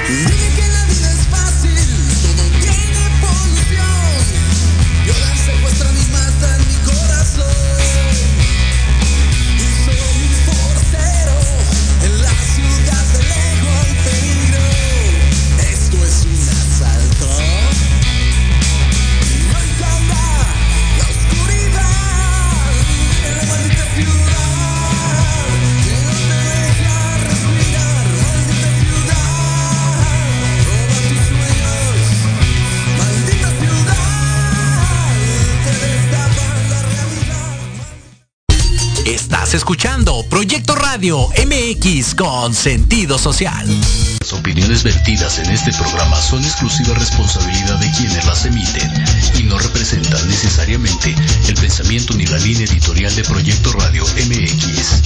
Escuchando Proyecto Radio MX con sentido social. Las opiniones vertidas en este programa son exclusiva responsabilidad de quienes las emiten y no representan necesariamente el pensamiento ni la línea editorial de Proyecto Radio MX.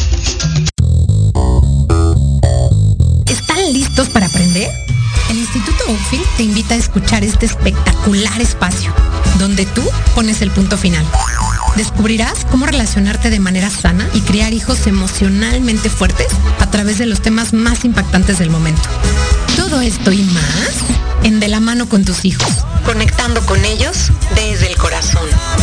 ¿Están listos para aprender? El Instituto Oakfield te invita a escuchar este espectacular espacio, donde tú pones el punto final. Descubrirás cómo relacionarte de manera sana y criar hijos emocionalmente fuertes a través de los temas más impactantes del momento. Todo esto y más en De la mano con tus hijos, conectando con ellos desde el corazón.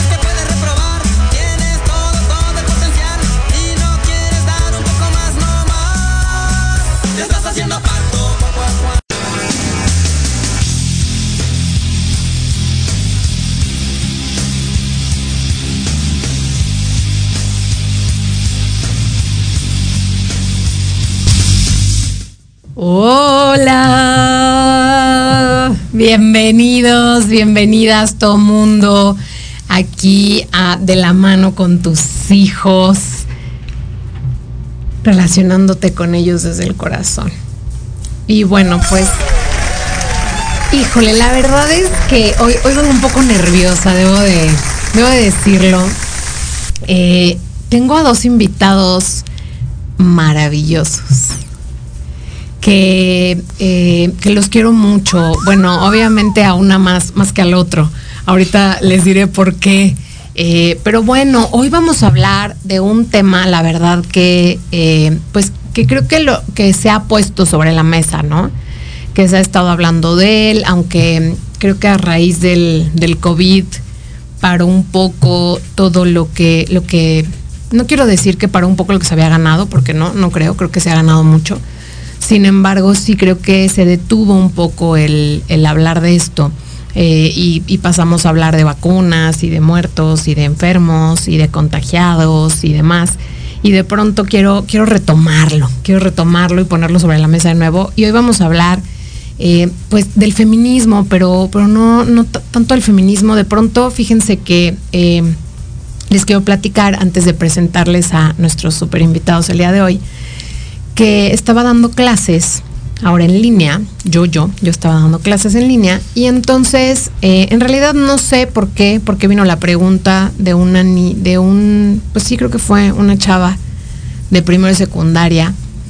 Hola, bienvenidos, bienvenidas todo mundo aquí a De la mano con tus hijos, relacionándote con ellos desde el corazón. Y bueno, pues, híjole, la verdad es que hoy vengo un poco nerviosa, debo de decirlo. Tengo a dos invitados maravillosos. Que los quiero mucho. Bueno, obviamente a una más que al otro. Ahorita les diré por qué. Pero bueno, hoy vamos a hablar de un tema, la verdad, que creo que se ha puesto sobre la mesa, ¿no? Que se ha estado hablando de él, aunque creo que a raíz del COVID paró un poco todo lo que no quiero decir que paró un poco lo que se había ganado, porque no creo que se ha ganado mucho. Sin embargo, sí creo que se detuvo un poco el hablar de esto y pasamos a hablar de vacunas y de muertos y de enfermos y de contagiados y demás. Y de pronto quiero retomarlo y ponerlo sobre la mesa de nuevo. Y hoy vamos a hablar pues del feminismo, pero no tanto del feminismo. De pronto, fíjense que les quiero platicar antes de presentarles a nuestros super invitados el día de hoy, que estaba dando clases ahora en línea, yo estaba dando clases en línea, y entonces en realidad no sé por qué vino la pregunta pues sí, creo que fue una chava de primero y secundaria,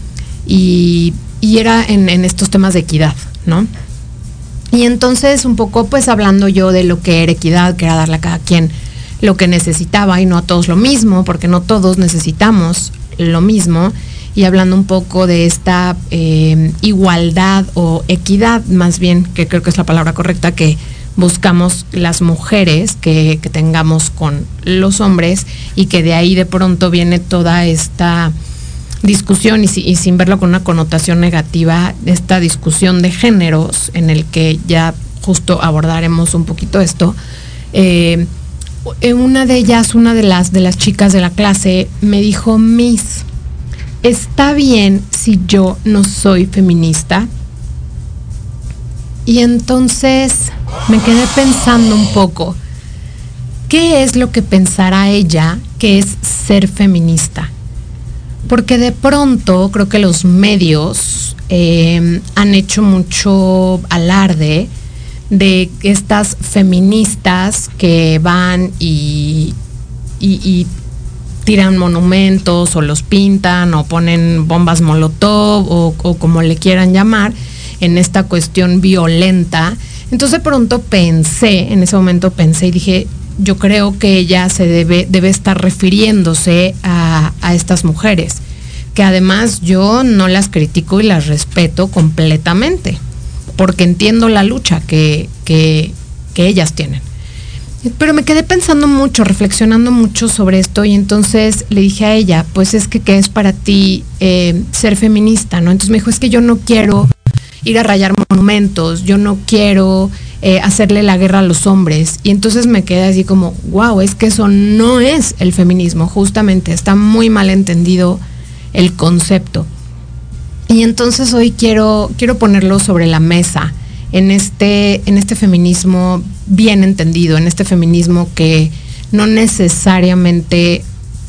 y era en estos temas de equidad, ¿no? Y entonces un poco pues hablando yo de lo que era equidad, que era darle a cada quien lo que necesitaba y no a todos lo mismo, porque no todos necesitamos lo mismo. Y hablando un poco de esta igualdad o equidad, más bien, que creo que es la palabra correcta, que buscamos las mujeres que tengamos con los hombres, y que de ahí de pronto viene toda esta discusión, y sin verlo con una connotación negativa, esta discusión de géneros, en el que ya justo abordaremos un poquito esto. Una de ellas, una de las chicas de la clase, me dijo: Miss, ¿está bien si yo no soy feminista? Y entonces me quedé pensando un poco, ¿qué es lo que pensará ella que es ser feminista? Porque de pronto creo que los medios han hecho mucho alarde de estas feministas que van y tiran monumentos o los pintan o ponen bombas molotov o como le quieran llamar, en esta cuestión violenta. Entonces de pronto en ese momento pensé y dije, yo creo que ella debe estar refiriéndose a estas mujeres, que además yo no las critico y las respeto completamente. porque entiendo la lucha que ellas tienen. Pero me quedé pensando mucho, reflexionando mucho sobre esto, y entonces le dije a ella, pues es que ¿qué es para ti ser feminista, no? Entonces me dijo, es que yo no quiero ir a rayar monumentos, yo no quiero hacerle la guerra a los hombres. Y entonces me quedé así como, wow, es que eso no es el feminismo, justamente, está muy mal entendido el concepto. Y entonces hoy quiero ponerlo sobre la mesa, en este feminismo bien entendido, en este feminismo que no necesariamente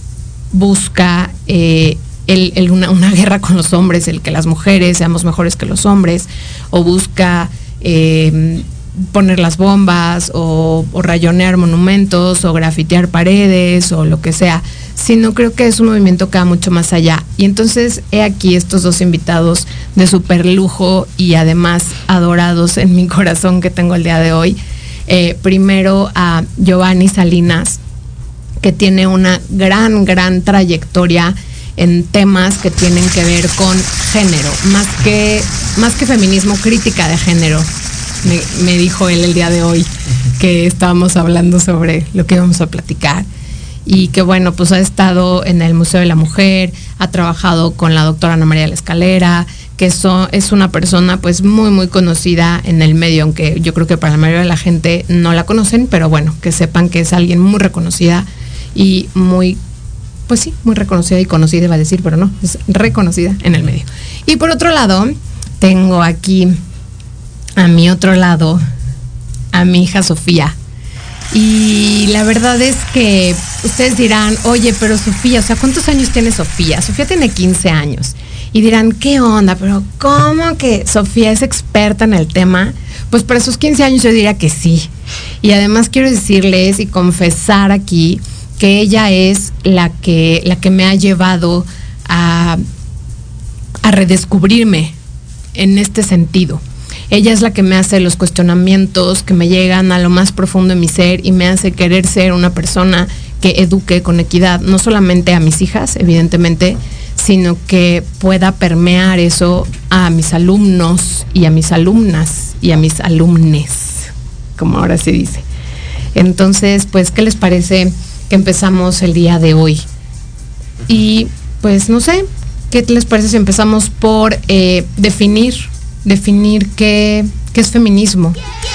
busca una guerra con los hombres, el que las mujeres seamos mejores que los hombres, o busca poner las bombas, o rayonear monumentos, o grafitear paredes, o lo que sea, sino creo que es un movimiento que va mucho más allá. Y entonces he aquí estos dos invitados de súper lujo y además adorados en mi corazón que tengo el día de hoy. Primero a Giovanni Salinas, que tiene una gran trayectoria en temas que tienen que ver con género, más que feminismo, crítica de género. Me dijo él el día de hoy que estábamos hablando sobre lo que íbamos a platicar. Y que bueno, pues ha estado en el Museo de la Mujer, ha trabajado con la doctora Ana María de la Escalera, que es una persona pues muy conocida en el medio, aunque yo creo que para la mayoría de la gente no la conocen, pero bueno, que sepan que es alguien muy reconocida y muy reconocida y conocida, iba a decir, pero no, es reconocida en el medio. Y por otro lado, tengo aquí a mi otro lado a mi hija Sofía. Y la verdad es que ustedes dirán, oye, pero Sofía, o sea, ¿cuántos años tiene Sofía? Sofía tiene 15 años. Y dirán, ¿qué onda? Pero ¿cómo que Sofía es experta en el tema? Pues para sus 15 años yo diría que sí. Y además quiero decirles y confesar aquí que ella es la que me ha llevado a redescubrirme en este sentido. Ella es la que me hace los cuestionamientos que me llegan a lo más profundo de mi ser y me hace querer ser una persona que eduque con equidad, no solamente a mis hijas, evidentemente, sino que pueda permear eso a mis alumnos y a mis alumnas y a mis alumnes, como ahora se dice. Entonces, pues, ¿qué les parece que empezamos el día de hoy? Y, pues, no sé, ¿qué les parece si empezamos por definir qué es feminismo?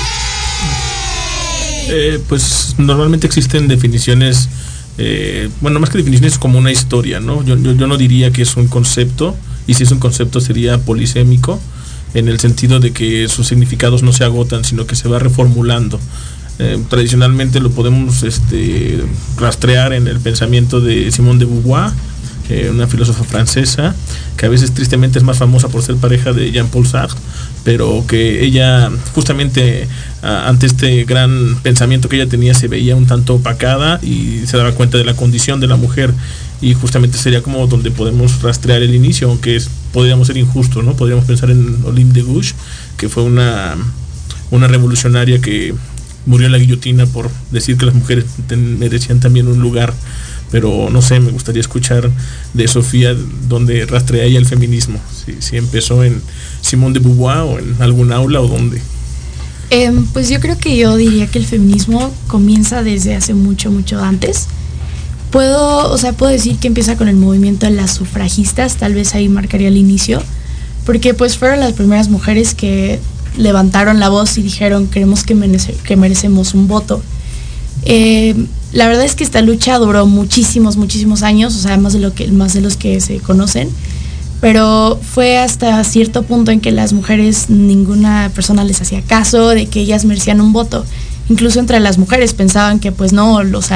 Pues normalmente existen definiciones, más que definiciones, como una historia, ¿no? Yo no diría que es un concepto, y si es un concepto sería polisémico, en el sentido de que sus significados no se agotan, sino que se va reformulando. Tradicionalmente lo podemos rastrear en el pensamiento de Simone de Beauvoir, una filósofa francesa, que a veces tristemente es más famosa por ser pareja de Jean-Paul Sartre, pero que ella justamente ante este gran pensamiento que ella tenía se veía un tanto opacada y se daba cuenta de la condición de la mujer, y justamente sería como donde podemos rastrear el inicio, aunque podríamos ser injustos, ¿no? Podríamos pensar en Olympe de Gouges, que fue una revolucionaria que murió en la guillotina por decir que las mujeres merecían también un lugar. Pero no sé, me gustaría escuchar de Sofía dónde rastrea ella el feminismo. Si empezó en Simone de Beauvoir o en algún aula o dónde. Pues yo creo que yo diría que el feminismo comienza desde hace mucho antes. Puedo decir que empieza con el movimiento de las sufragistas, tal vez ahí marcaría el inicio, porque pues fueron las primeras mujeres que levantaron la voz y dijeron, queremos que merecemos un voto. La verdad es que esta lucha duró muchísimos años, o sea, más de los que se conocen, pero fue hasta cierto punto en que las mujeres, ninguna persona les hacía caso de que ellas merecían un voto. Incluso entre las mujeres pensaban que pues no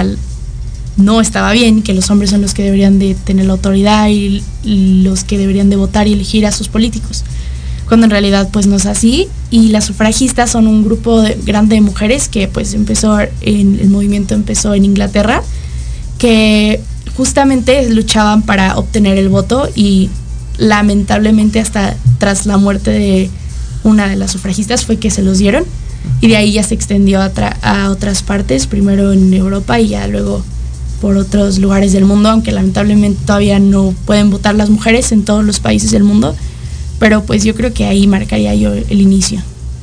estaba bien, que los hombres son los que deberían de tener la autoridad y los que deberían de votar y elegir a sus políticos, cuando en realidad pues no es así. Y las sufragistas son un grupo grande de mujeres que pues el movimiento empezó en Inglaterra, que justamente luchaban para obtener el voto, y lamentablemente hasta tras la muerte de una de las sufragistas fue que se los dieron, y de ahí ya se extendió a otras partes, primero en Europa y ya luego por otros lugares del mundo, aunque lamentablemente todavía no pueden votar las mujeres en todos los países del mundo. Pero pues yo creo que ahí marcaría yo el inicio.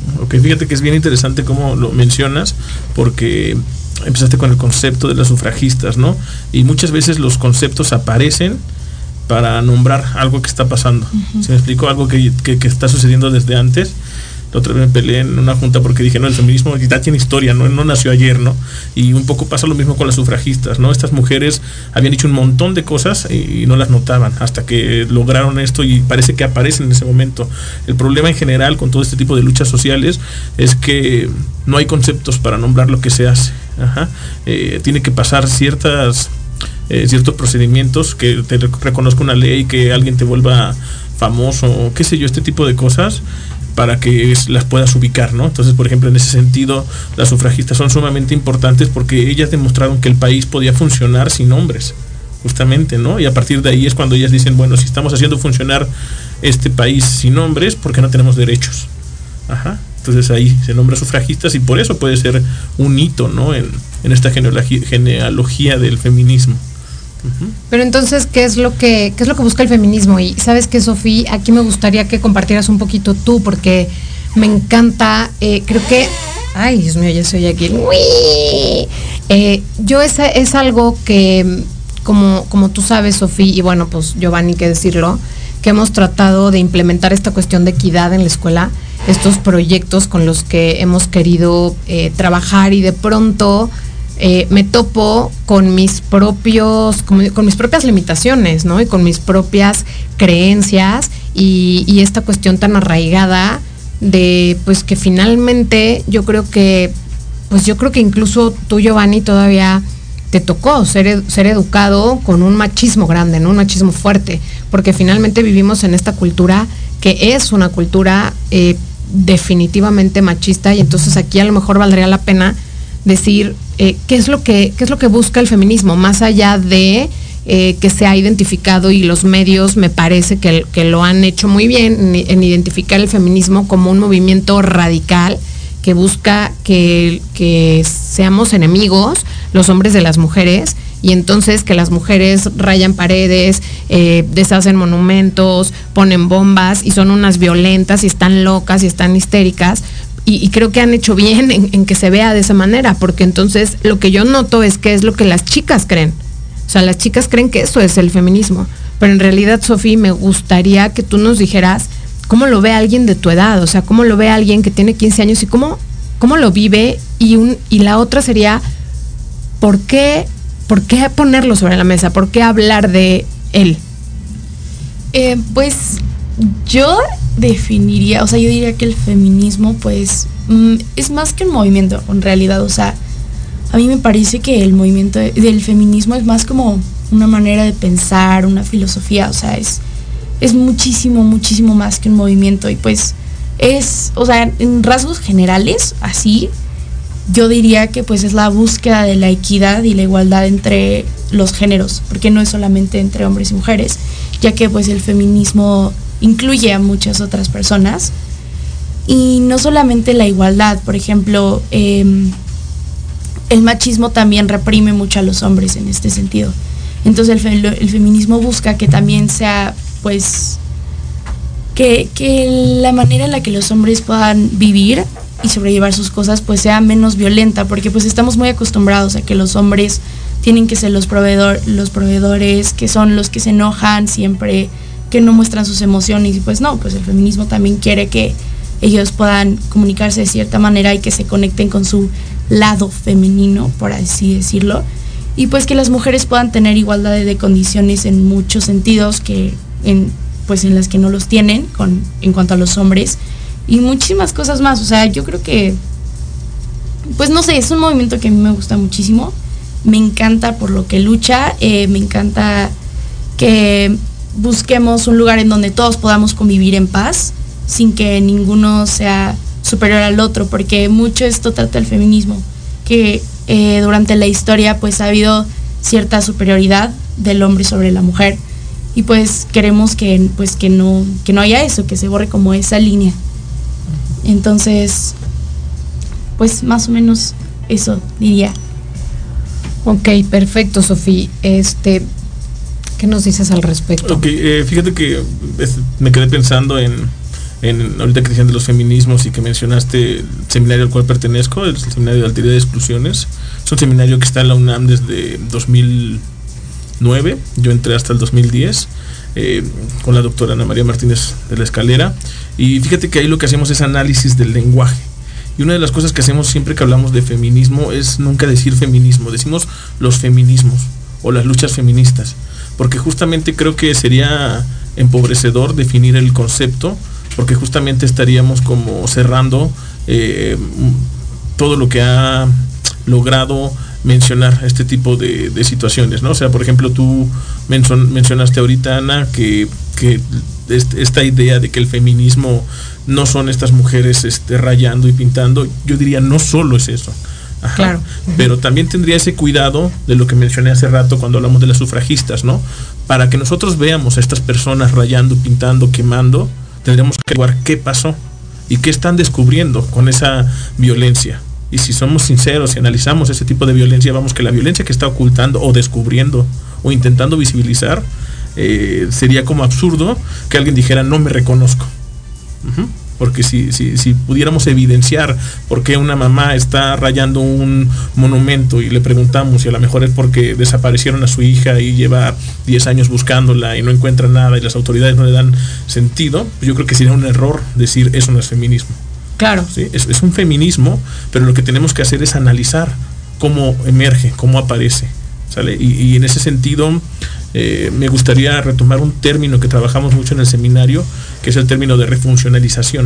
Ok, fíjate que es bien interesante cómo lo mencionas, porque empezaste con el concepto de las sufragistas, ¿no? Y muchas veces los conceptos aparecen para nombrar algo que está pasando. ¿Se me explicó? Algo que está sucediendo desde antes. La otra vez me peleé en una junta porque dije, no, el feminismo ya tiene historia, no nació ayer, ¿no? Y un poco pasa lo mismo con las sufragistas, ¿no? Estas mujeres habían hecho un montón de cosas y no las notaban hasta que lograron esto y parece que aparecen en ese momento. El problema en general con todo este tipo de luchas sociales es que no hay conceptos para nombrar lo que se hace. Tiene que pasar ciertos procedimientos, que te reconozca una ley, que alguien te vuelva famoso, qué sé yo, este tipo de cosas, para que las puedas ubicar, ¿no? Entonces, por ejemplo, en ese sentido, las sufragistas son sumamente importantes porque ellas demostraron que el país podía funcionar sin hombres, justamente, ¿no? Y a partir de ahí es cuando ellas dicen, bueno, si estamos haciendo funcionar este país sin hombres, ¿por qué no tenemos derechos? Entonces ahí se nombra sufragistas y por eso puede ser un hito, ¿no? En esta genealogía del feminismo. Pero entonces, ¿qué es lo que busca el feminismo? Y sabes qué, Sofía, aquí me gustaría que compartieras un poquito tú, porque me encanta, creo que, ay, Dios mío, ya soy aquí. Yo es algo que, como tú sabes, Sofía, y bueno, pues Giovanni, que decirlo, que hemos tratado de implementar esta cuestión de equidad en la escuela, estos proyectos con los que hemos querido trabajar, y de pronto me topo con mis propias limitaciones, ¿no? Y con mis propias creencias y esta cuestión tan arraigada de, pues, que finalmente yo creo que incluso tú, Giovanni, todavía te tocó ser educado con un machismo grande, ¿no? Un machismo fuerte, porque finalmente vivimos en esta cultura que es una cultura definitivamente machista, y entonces aquí a lo mejor valdría la pena decir qué es lo que busca el feminismo, más allá de que se ha identificado, y los medios me parece que lo han hecho muy bien en identificar el feminismo como un movimiento radical que busca que seamos enemigos los hombres de las mujeres, y entonces que las mujeres rayan paredes, deshacen monumentos, ponen bombas y son unas violentas y están locas y están histéricas. Y creo que han hecho bien en que se vea de esa manera, porque entonces lo que yo noto es que es lo que las chicas creen. O sea, las chicas creen que eso es el feminismo. Pero en realidad, Sofía, me gustaría que tú nos dijeras cómo lo ve alguien de tu edad, o sea, cómo lo ve alguien que tiene 15 años y cómo lo vive. Y la otra sería, ¿por qué ponerlo sobre la mesa? ¿Por qué hablar de él? Pues yo definiría, o sea, yo diría que el feminismo, pues, es más que un movimiento, en realidad. O sea, a mí me parece que el movimiento del feminismo es más como una manera de pensar, una filosofía. O sea, es muchísimo, muchísimo más que un movimiento. Y pues o sea, en rasgos generales, así, yo diría que pues es la búsqueda de la equidad y la igualdad entre los géneros, porque no es solamente entre hombres y mujeres, ya que pues el feminismo incluye a muchas otras personas. Y no solamente la igualdad, por ejemplo, el machismo también reprime mucho a los hombres en este sentido. Entonces el feminismo busca que también sea, pues, que la manera en la que los hombres puedan vivir y sobrellevar sus cosas pues sea menos violenta, porque pues estamos muy acostumbrados a que los hombres tienen que ser los proveedores, que son los que se enojan siempre, que no muestran sus emociones. Y pues no, pues el feminismo también quiere que ellos puedan comunicarse de cierta manera y que se conecten con su lado femenino, por así decirlo, y pues que las mujeres puedan tener igualdad de condiciones en muchos sentidos, que en las que no los tienen en cuanto a los hombres, y muchísimas cosas más. O sea, yo creo que, pues no sé, es un movimiento que a mí me gusta muchísimo, me encanta por lo que lucha, me encanta que busquemos un lugar en donde todos podamos convivir en paz, sin que ninguno sea superior al otro, porque mucho esto trata el feminismo, que durante la historia pues ha habido cierta superioridad del hombre sobre la mujer, y pues queremos que no haya eso, que se borre como esa línea. Entonces, pues más o menos eso diría. Ok, perfecto, Sofía. ¿Qué nos dices al respecto? Ok, fíjate que me quedé pensando en ahorita que decían de los feminismos y que mencionaste el seminario al cual pertenezco, el seminario de Alteridad y Exclusiones. Es un seminario que está en la UNAM desde 2009, yo entré hasta el 2010, con la doctora Ana María Martínez de la Escalera, y fíjate que ahí lo que hacemos es análisis del lenguaje. Y una de las cosas que hacemos siempre que hablamos de feminismo es nunca decir feminismo, decimos los feminismos o las luchas feministas, porque justamente creo que sería empobrecedor definir el concepto, porque justamente estaríamos como cerrando todo lo que ha logrado mencionar este tipo de situaciones, ¿no? O sea, por ejemplo, tú mencionaste ahorita, Ana, que esta idea de que el feminismo no son estas mujeres rayando y pintando. Yo diría, no solo es eso. Ajá. Claro. Pero también tendría ese cuidado de lo que mencioné hace rato cuando hablamos de las sufragistas, ¿no? Para que nosotros veamos a estas personas rayando, pintando, quemando, tendremos que ver qué pasó y qué están descubriendo con esa violencia. Y si somos sinceros y analizamos ese tipo de violencia, vamos que la violencia que está ocultando o descubriendo o intentando visibilizar, sería como absurdo que alguien dijera no me reconozco. Porque si pudiéramos evidenciar por qué una mamá está rayando un monumento y le preguntamos, y a lo mejor es porque desaparecieron a su hija y lleva 10 años buscándola y no encuentra nada y las autoridades no le dan sentido, pues yo creo que sería un error decir eso no es feminismo. Claro. ¿Sí? Es un feminismo, pero lo que tenemos que hacer es analizar cómo emerge, cómo aparece, ¿sale? Y en ese sentido me gustaría retomar un término que trabajamos mucho en el seminario, que es el término de refuncionalización.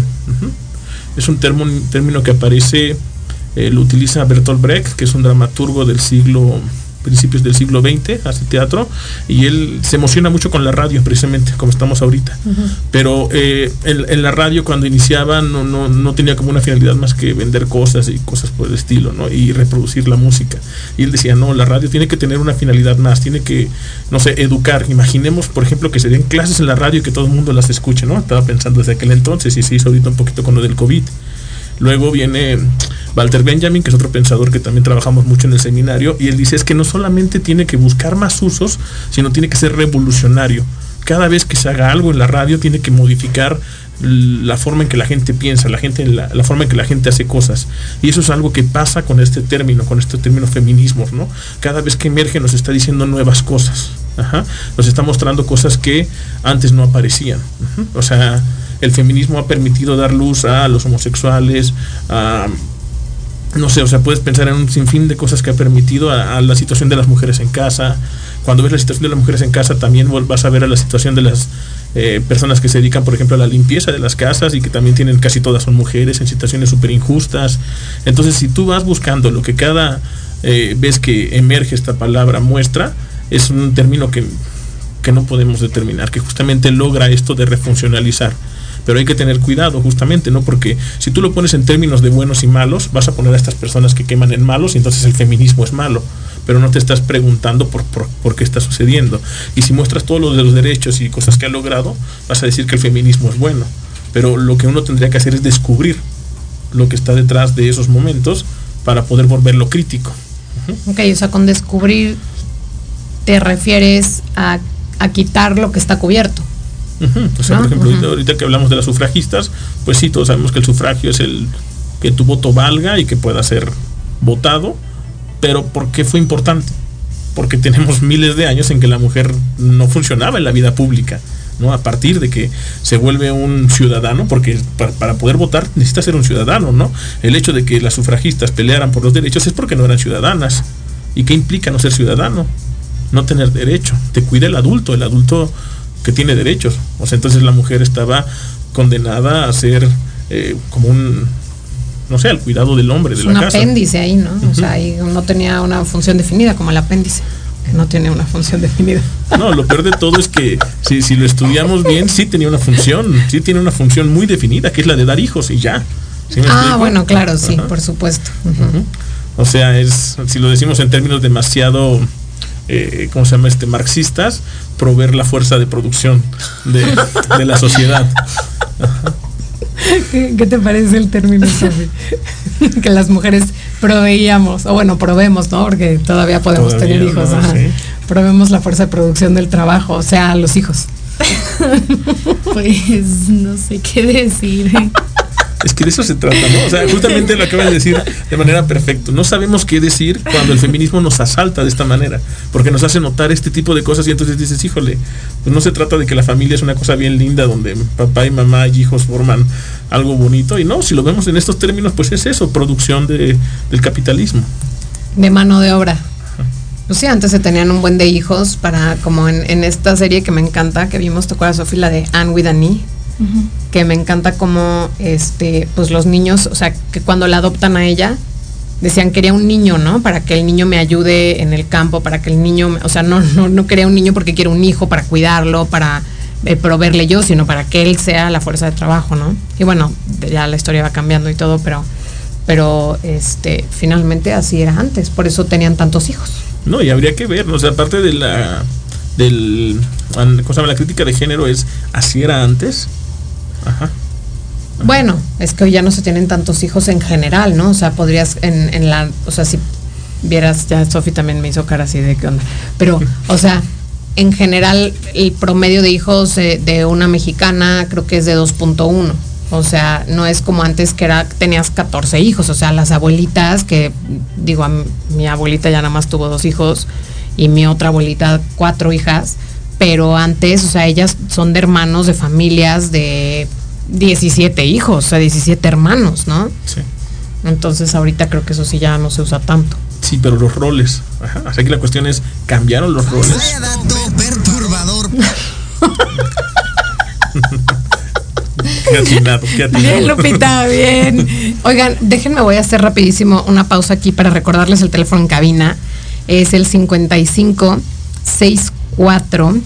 Es un término que aparece, lo utiliza Bertolt Brecht, que es un dramaturgo del principios del siglo XX, hace teatro, y él se emociona mucho con la radio, precisamente, como estamos ahorita. Pero en la radio, cuando iniciaba, no tenía como una finalidad más que vender cosas y cosas por el estilo, ¿no? Y reproducir la música. Y él decía, no, la radio tiene que tener una finalidad más, tiene que, no sé, educar. Imaginemos, por ejemplo, que se den clases en la radio y que todo el mundo las escuche, ¿no? Estaba pensando desde aquel entonces, y se hizo ahorita un poquito con lo del COVID. Luego viene Walter Benjamin, que es otro pensador que también trabajamos mucho en el seminario, y él dice es que no solamente tiene que buscar más usos, sino tiene que ser revolucionario. Cada vez que se haga algo en la radio tiene que modificar la forma en que la gente piensa, la forma en que la gente hace cosas. Y eso es algo que pasa con este término feminismos, ¿no? Cada vez que emerge nos está diciendo nuevas cosas. Nos está mostrando cosas que antes no aparecían. O sea, el feminismo ha permitido dar luz a los homosexuales, no sé, o sea, puedes pensar en un sinfín de cosas que ha permitido a la situación de las mujeres en casa. Cuando ves la situación de las mujeres en casa, también vas a ver a la situación de las personas que se dedican, por ejemplo, a la limpieza de las casas y que también tienen, casi todas son mujeres, en situaciones súper injustas. Entonces, si tú vas buscando lo que cada vez que emerge esta palabra muestra, es un término que no podemos determinar, que justamente logra esto de refuncionalizar. Pero hay que tener cuidado justamente, ¿no? Porque si tú lo pones en términos de buenos y malos, vas a poner a estas personas que queman en malos y entonces el feminismo es malo. Pero no te estás preguntando por qué está sucediendo. Y si muestras todos los de los derechos y cosas que ha logrado, vas a decir que el feminismo es bueno. Pero lo que uno tendría que hacer es descubrir lo que está detrás de esos momentos para poder volverlo crítico. Ok, o sea, con descubrir te refieres a quitar lo que está cubierto. O sea, por ejemplo, ahorita que hablamos de las sufragistas, pues sí, todos sabemos que el sufragio es el que tu voto valga y que pueda ser votado, pero ¿por qué fue importante? Porque tenemos miles de años en que la mujer no funcionaba en la vida pública, ¿no? A partir de que se vuelve un ciudadano, porque para poder votar necesita ser un ciudadano, ¿no? El hecho de que las sufragistas pelearan por los derechos es porque no eran ciudadanas. ¿Y qué implica no ser ciudadano? No tener derecho. Te cuida el adulto que tiene derechos. O sea, entonces la mujer estaba condenada a ser como no sé, al cuidado del hombre, de la casa. Un apéndice ahí, ¿no? O sea, ahí no tenía una función definida, como el apéndice, que no tiene una función definida. No, lo peor de todo es que si lo estudiamos bien, sí tiene una función muy definida, que es la de dar hijos y ya. ¿Sí me explico? Bueno, claro, sí, por supuesto. O sea, si lo decimos en términos demasiado ¿cómo se llama? Marxistas, proveer la fuerza de producción de la sociedad. ¿Qué te parece el término, Sofi? Que las mujeres proveíamos, o bueno, probemos, ¿no? Porque todavía podemos tener hijos. Sí. Probemos la fuerza de producción del trabajo, o sea, los hijos. Pues no sé qué decir. Es que de eso se trata, ¿no? O sea, justamente lo acabas de decir de manera perfecta. No sabemos qué decir cuando el feminismo nos asalta de esta manera, porque nos hace notar este tipo de cosas y entonces dices, híjole, pues no se trata de que la familia es una cosa bien linda donde papá y mamá y hijos forman algo bonito. Y no, si lo vemos en estos términos, pues es eso, producción del capitalismo. De mano de obra. Pues sí, antes se tenían un buen de hijos para, como en esta serie que me encanta, que vimos, ¿te acuerdas, Sofi? La de Anne with an E. Uh-huh. Que me encanta como pues los niños, o sea, que cuando la adoptan a ella decían quería un niño, ¿no? Para que el niño me ayude en el campo, para que el niño, o sea, no quería un niño porque quiero un hijo para cuidarlo, para proveerle yo, sino para que él sea la fuerza de trabajo, ¿no? Y bueno, ya la historia va cambiando y todo, pero finalmente así era antes, por eso tenían tantos hijos. No, y habría que ver, o sea, aparte de la crítica de género es así era antes. Ajá. Bueno, es que hoy ya no se tienen tantos hijos en general, ¿no? O sea, podrías o sea, si vieras, ya Sofi también me hizo cara así de qué onda, pero, o sea, en general el promedio de hijos de una mexicana creo que es de 2.1. O sea, no es como antes que tenías 14 hijos, o sea, las abuelitas que, digo, mi abuelita ya nada más tuvo 2 hijos y mi otra abuelita 4 hijas, pero antes, o sea, ellas son de hermanos, de familias de 17 hijos, o sea, 17 hermanos, ¿no? Sí. Entonces ahorita creo que eso sí ya no se usa tanto. Sí, pero los roles, ajá, así que la cuestión es, ¿cambiaron los roles? Vaya dato perturbador. Qué atinado. Bien, Lupita, bien. Oigan, déjenme, voy a hacer rapidísimo una pausa aquí para recordarles el teléfono en cabina. Es el 5564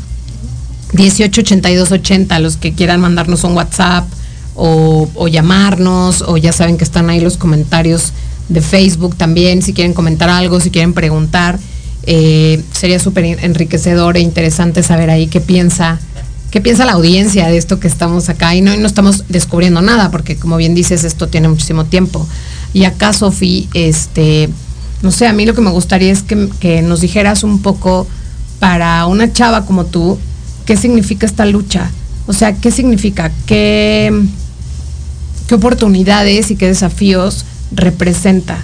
188280. Los que quieran mandarnos un WhatsApp o llamarnos, o ya saben que están ahí los comentarios de Facebook también, si quieren comentar algo, si quieren preguntar. Sería súper enriquecedor e interesante saber ahí qué piensa la audiencia de esto que estamos acá. Y no estamos descubriendo nada, porque como bien dices, esto tiene muchísimo tiempo. Y acá, Sofi, no sé, a mí lo que me gustaría es que nos dijeras un poco, para una chava como tú, ¿qué significa esta lucha? O sea, ¿qué significa? ¿Qué oportunidades y qué desafíos representa?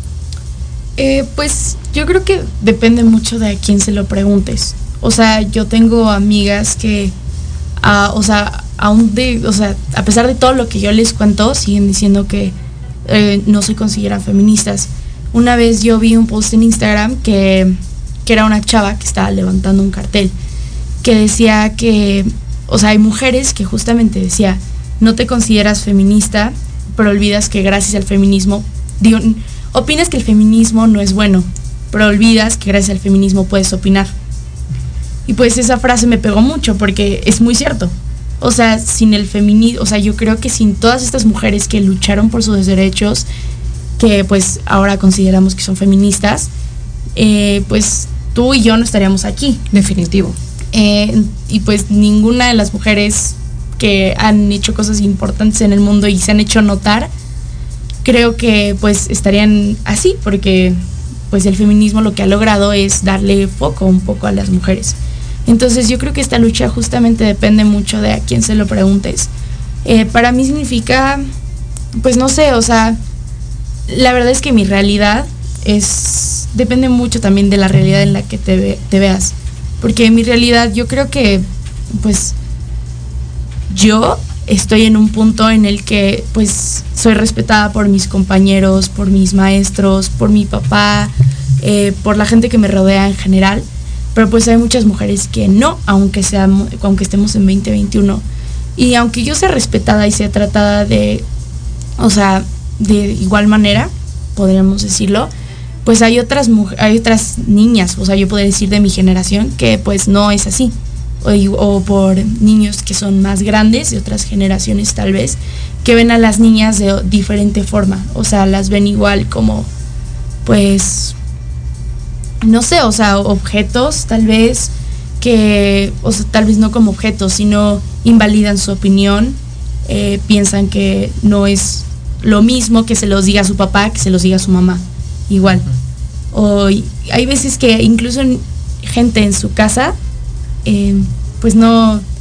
Pues yo creo que depende mucho de a quién se lo preguntes. O sea, yo tengo amigas que, a pesar de todo lo que yo les cuento, siguen diciendo que no se consideran feministas. Una vez yo vi un post en Instagram que era una chava que estaba levantando un cartel que decía que, o sea, hay mujeres que justamente decía, no te consideras feminista, pero olvidas que gracias al feminismo, opinas que el feminismo no es bueno, pero olvidas que gracias al feminismo puedes opinar. Y pues esa frase me pegó mucho porque es muy cierto. O sea, sin el feminismo, o sea, yo creo que sin todas estas mujeres que lucharon por sus derechos, que pues ahora consideramos que son feministas, pues tú y yo no estaríamos aquí. Definitivo. Y pues ninguna de las mujeres que han hecho cosas importantes en el mundo y se han hecho notar, creo que pues estarían así, porque pues el feminismo lo que ha logrado es darle foco un poco a las mujeres. Entonces yo creo que esta lucha justamente depende mucho de a quién se lo preguntes. Para mí significa, pues no sé, o sea, la verdad es que mi realidad depende mucho también de la realidad en la que te veas. Porque en mi realidad yo creo que, pues, yo estoy en un punto en el que, pues, soy respetada por mis compañeros, por mis maestros, por mi papá, por la gente que me rodea en general. Pero pues hay muchas mujeres que no, aunque estemos en 2021. Y aunque yo sea respetada y sea tratada de igual manera, podríamos decirlo, pues hay otras niñas, o sea, yo podría decir de mi generación, que pues no es así. O por niños que son más grandes, de otras generaciones tal vez, que ven a las niñas de diferente forma. O sea, las ven igual como, pues, no sé, o sea, objetos tal vez, o sea, tal vez no como objetos, sino invalidan su opinión, piensan que no es lo mismo que se los diga a su papá, que se los diga a su mamá, igual. O hay veces que incluso gente en su casa, pues no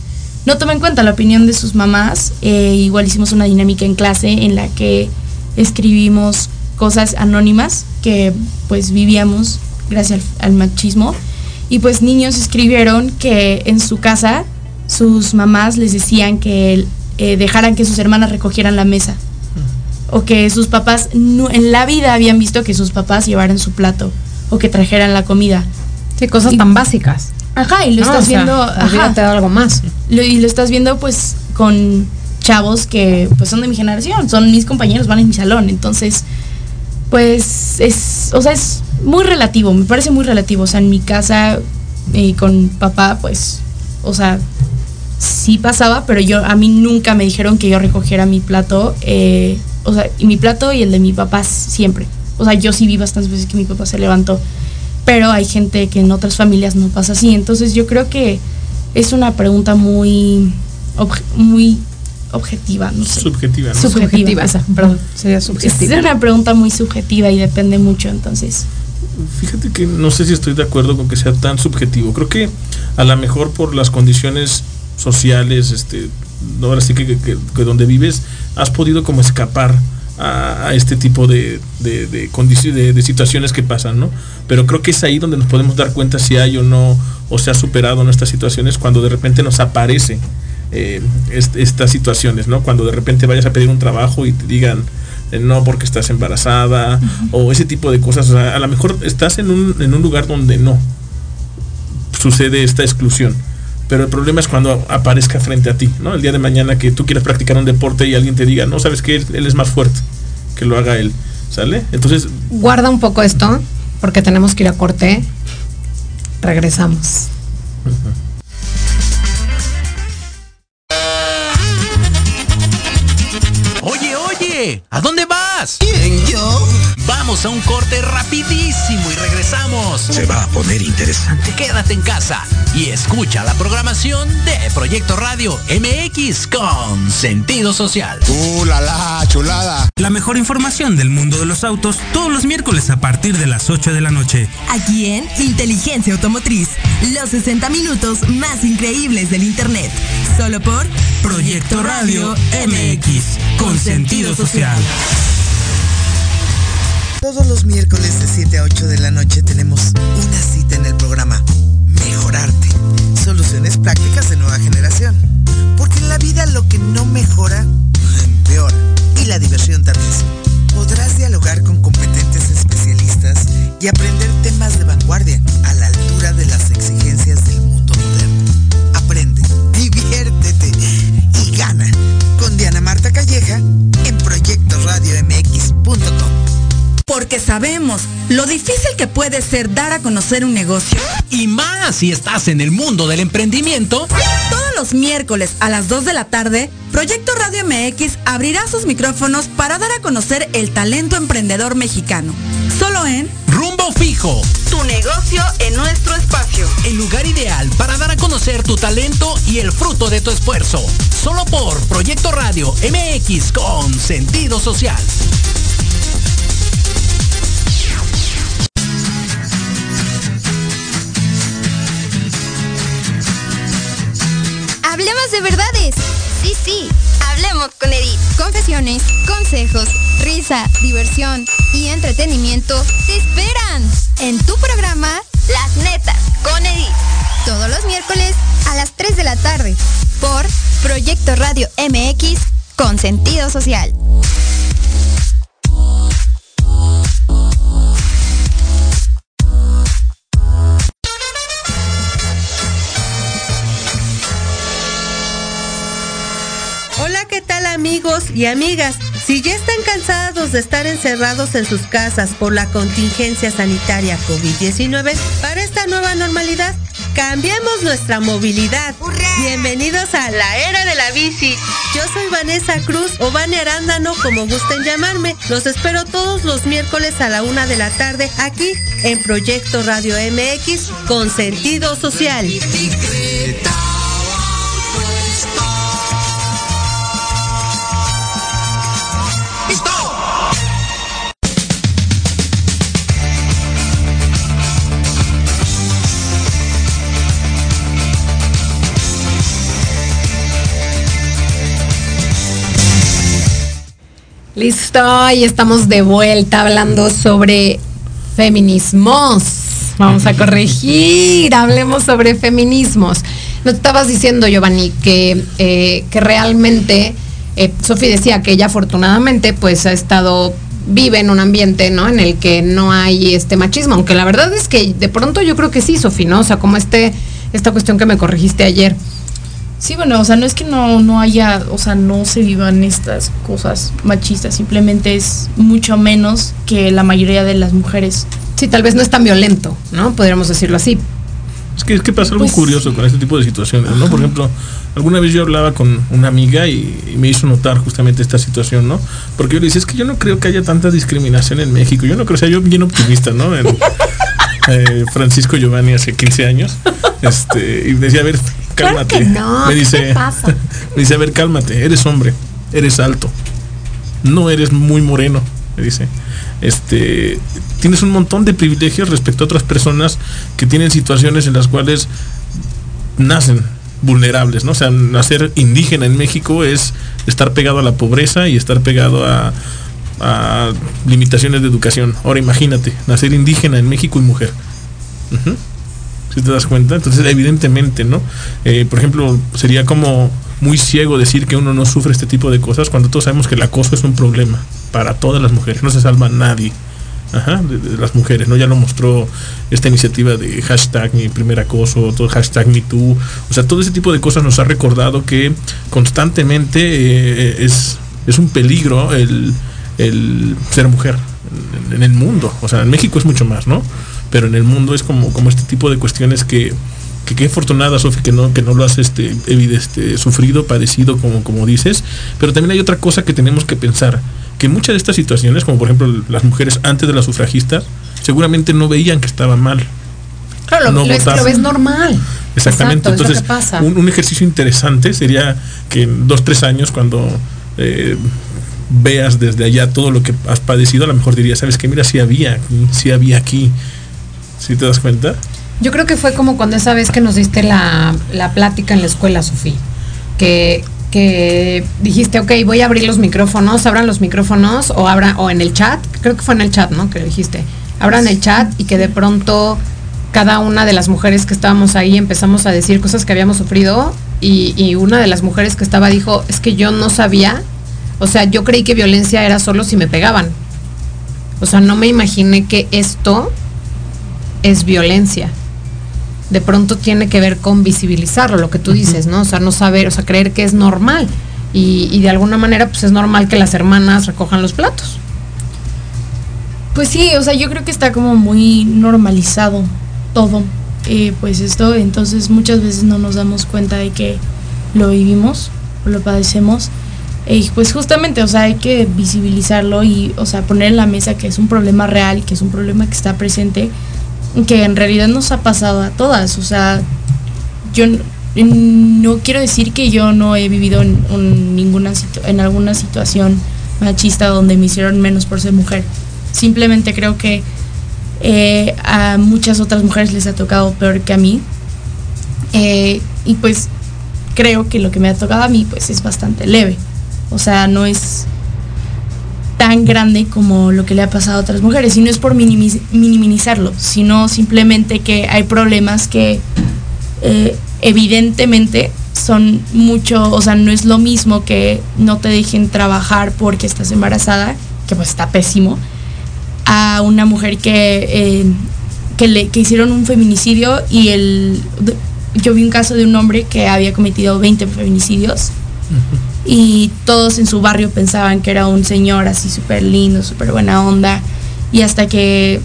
no toma en cuenta la opinión de sus mamás. Igual hicimos una dinámica en clase en la que escribimos cosas anónimas que pues vivíamos gracias al machismo, y pues niños escribieron que en su casa sus mamás les decían que dejaran que sus hermanas recogieran la mesa, o que sus papás en la vida habían visto que sus papás llevaran su plato o que trajeran la comida. Sí, cosas tan básicas. Ajá, y lo estás viendo, olvídate de algo más. Y lo estás viendo pues con chavos que pues son de mi generación, son mis compañeros, van en mi salón, entonces pues es muy relativo, me parece muy relativo. O sea, en mi casa con papá, pues, o sea, sí pasaba, pero a mí nunca me dijeron que yo recogiera mi plato, o sea, y mi plato y el de mi papá siempre. O sea, yo sí vi bastantes veces que mi papá se levantó, pero hay gente que en otras familias no pasa así. Entonces yo creo que es una pregunta muy objetiva, no sé. Subjetiva, ¿no? Subjetiva, perdón, sería subjetiva. Es una pregunta muy subjetiva y depende mucho, entonces. Fíjate que no sé si estoy de acuerdo con que sea tan subjetivo. Creo que a lo mejor por las condiciones sociales, ahora sí que donde vives, has podido como escapar a este tipo de situaciones que pasan, ¿no? Pero creo que es ahí donde nos podemos dar cuenta si hay o no, o se ha superado nuestras situaciones, cuando de repente nos aparece estas situaciones, ¿no? Cuando de repente vayas a pedir un trabajo y te digan no porque estás embarazada, o ese tipo de cosas. O sea, a lo mejor estás en un lugar donde no sucede esta exclusión, pero el problema es cuando aparezca frente a ti, ¿no? El día de mañana que tú quieras practicar un deporte y alguien te diga, no, sabes que él es más fuerte, que lo haga él, ¿sale? Entonces guarda un poco esto porque tenemos que ir a corte. Regresamos. Oye, ¿a dónde vas? ¿Quién, yo? Vamos a un corte rapidísimo y regresamos. Se va a poner interesante. Quédate en casa y escucha la programación de Proyecto Radio MX con sentido social. La chulada. La mejor información del mundo de los autos todos los miércoles a partir de las 8 de la noche. Aquí en Inteligencia Automotriz, los 60 minutos más increíbles del internet. Solo por Proyecto Radio MX con sentido social. Todos los miércoles de 7 a 8 de la noche tenemos una cita en el programa Mejorarte. Soluciones prácticas de nueva generación. Porque en la vida lo que no mejora, empeora. Y la diversión también. Podrás dialogar con competentes especialistas y aprender temas de vanguardia a la altura de las exigencias del mundo moderno. Aprende, diviértete y gana con Diana Marta Calleja en proyectoradiomx.com. Porque sabemos lo difícil que puede ser dar a conocer un negocio. Y más si estás en el mundo del emprendimiento. Todos los miércoles a las 2 de la tarde, Proyecto Radio MX abrirá sus micrófonos para dar a conocer el talento emprendedor mexicano. Solo en Rumbo Fijo. Tu negocio en nuestro espacio. El lugar ideal para dar a conocer tu talento y el fruto de tu esfuerzo. Solo por Proyecto Radio MX con sentido social. Hablemos de verdades. Sí, hablemos con Edith. Confesiones, consejos, risa, diversión y entretenimiento te esperan en tu programa Las Netas con Edith. Todos los miércoles a las 3 de la tarde por Proyecto Radio MX con sentido social. Hola, ¿qué tal amigos y amigas? Si ya están cansados de estar encerrados en sus casas por la contingencia sanitaria COVID-19, para esta nueva normalidad, cambiemos nuestra movilidad. ¡Hurra! Bienvenidos a la era de la bici. Yo soy Vanessa Cruz o Vane Arándano, como gusten llamarme. Los espero todos los miércoles a la 1 de la tarde aquí en Proyecto Radio MX con sentido social. Listo, y estamos de vuelta hablando sobre feminismos. Vamos a corregir, hablemos sobre feminismos. Nos estabas diciendo, Giovanni, que realmente, Sofi decía que ella afortunadamente pues vive en un ambiente, ¿no?, en el que no hay machismo, aunque la verdad es que de pronto yo creo que sí, Sofi, ¿no? O sea, como esta cuestión que me corregiste ayer. Sí, bueno, o sea, no es que no haya, o sea, no se vivan estas cosas machistas, simplemente es mucho menos que la mayoría de las mujeres. Sí, tal vez no es tan violento, ¿no? Podríamos decirlo así. Es que pasa algo curioso con este tipo de situaciones, ¿no? Por ejemplo, alguna vez yo hablaba con una amiga y me hizo notar justamente esta situación, ¿no? Porque yo le decía, es que yo no creo que haya tanta discriminación en México. Yo no creo, o sea, yo bien optimista, ¿no? Francisco Giovanni hace 15 años. Y me decía, a ver, cálmate. Claro que no, me dice, ¿qué pasa? Me dice, a ver, cálmate, eres hombre, eres alto, no eres muy moreno, me dice. Tienes un montón de privilegios respecto a otras personas que tienen situaciones en las cuales nacen vulnerables, ¿no? O sea, nacer indígena en México es estar pegado a la pobreza y estar pegado a limitaciones de educación. Ahora imagínate, nacer indígena en México y mujer. ¿Sí te das cuenta? Entonces, evidentemente, ¿no? Por ejemplo, sería como muy ciego decir que uno no sufre este tipo de cosas cuando todos sabemos que el acoso es un problema para todas las mujeres. No se salva nadie de las mujeres, ¿no? Ya lo mostró esta iniciativa de hashtag mi primer acoso, todo hashtag me too. O sea, todo ese tipo de cosas nos ha recordado que constantemente es un peligro el ser mujer en el mundo. O sea, en México es mucho más, ¿no? Pero en el mundo es como este tipo de cuestiones que qué afortunada, Sofi, que no lo has sufrido, padecido, como dices. Pero también hay otra cosa que tenemos que pensar, que muchas de estas situaciones, como por ejemplo las mujeres antes de las sufragistas, seguramente no veían que estaba mal. Claro, lo ves normal. Exactamente. Exacto, entonces pasa. Un ejercicio interesante sería que en 2-3 años, cuando veas desde allá todo lo que has padecido, a lo mejor dirías, ¿sabes qué? Mira, sí había aquí. ¿Sí te das cuenta? Yo creo que fue como cuando esa vez que nos diste la plática en la escuela, Sofía, que dijiste, ok, voy a abrir los micrófonos, abran los micrófonos o en el chat, creo que fue en el chat, ¿no? Que lo dijiste, abran el chat, y que de pronto cada una de las mujeres que estábamos ahí empezamos a decir cosas que habíamos sufrido, y una de las mujeres que estaba dijo, es que yo no sabía, o sea, yo creí que violencia era solo si me pegaban, o sea, no me imaginé que esto es violencia. De pronto tiene que ver con visibilizarlo, lo que tú dices, ¿no? O sea, no saber, o sea, creer que es normal. Y de alguna manera, pues es normal que las hermanas recojan los platos. Pues sí, o sea, yo creo que está como muy normalizado todo, pues esto, entonces muchas veces no nos damos cuenta de que lo vivimos o lo padecemos. Pues justamente, o sea, hay que visibilizarlo y, o sea, poner en la mesa que es un problema real, que es un problema que está presente, que en realidad nos ha pasado a todas. O sea, yo no quiero decir que yo no he vivido en alguna situación machista donde me hicieron menos por ser mujer. Simplemente creo que a muchas otras mujeres les ha tocado peor que a mí, y pues creo que lo que me ha tocado a mí pues es bastante leve. O sea, no es tan grande como lo que le ha pasado a otras mujeres, y no es por minimizarlo, sino simplemente que hay problemas que evidentemente son mucho, o sea, no es lo mismo que no te dejen trabajar porque estás embarazada, que pues está pésimo, a una mujer que hicieron un feminicidio y yo vi un caso de un hombre que había cometido 20 feminicidios. Y todos en su barrio pensaban que era un señor así súper lindo, súper buena onda, y hasta que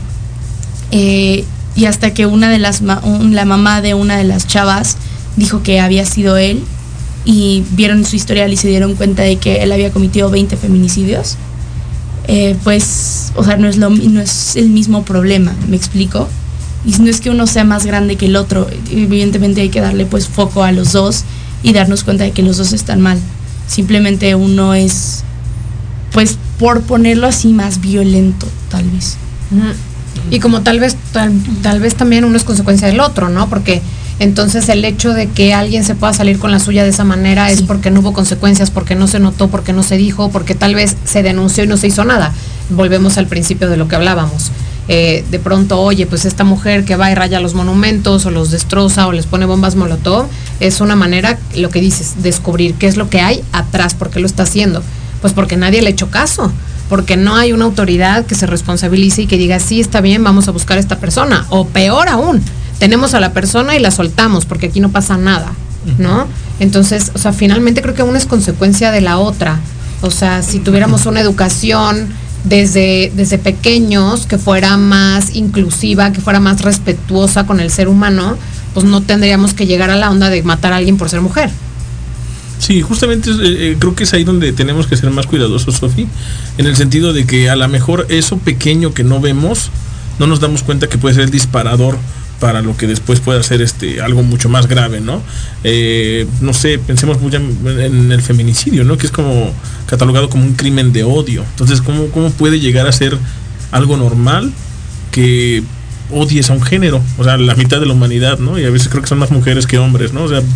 la mamá de una de las chavas dijo que había sido él, y vieron su historial y se dieron cuenta de que él había cometido 20 feminicidios. Pues, o sea, no es el mismo problema, ¿me explico? Y no es que uno sea más grande que el otro, evidentemente hay que darle pues foco a los dos y darnos cuenta de que los dos están mal. Simplemente uno es, pues, por ponerlo así, más violento, tal vez. Y como tal vez también uno es consecuencia del otro, ¿no? Porque Entonces el hecho de que alguien se pueda salir con la suya de esa manera es porque no hubo consecuencias, porque no se notó, porque no se dijo, porque tal vez se denunció y no se hizo nada. Volvemos al principio de lo que hablábamos. De pronto, oye, pues esta mujer que va y raya los monumentos o los destroza o les pone bombas molotov, es una manera, lo que dices, descubrir qué es lo que hay atrás, por qué lo está haciendo. Pues porque nadie le echó caso, porque no hay una autoridad que se responsabilice y que diga, sí, está bien, vamos a buscar a esta persona. O peor aún, tenemos a la persona y la soltamos porque aquí no pasa nada, ¿no? Entonces, o sea, finalmente creo que una es consecuencia de la otra. O sea, si tuviéramos una educación desde pequeños que fuera más inclusiva, que fuera más respetuosa con el ser humano, pues no tendríamos que llegar a la onda de matar a alguien por ser mujer. Sí, justamente creo que es ahí donde tenemos que ser más cuidadosos, Sofi, en el sentido de que a lo mejor eso pequeño que no vemos, no nos damos cuenta que puede ser el disparador para lo que después pueda ser algo mucho más grave, ¿no? No sé, pensemos mucho en el feminicidio, ¿no? Que es como catalogado como un crimen de odio. Entonces, ¿cómo puede llegar a ser algo normal que odies a un género? O sea, la mitad de la humanidad, ¿no? Y a veces creo que son más mujeres que hombres, ¿no? O sea,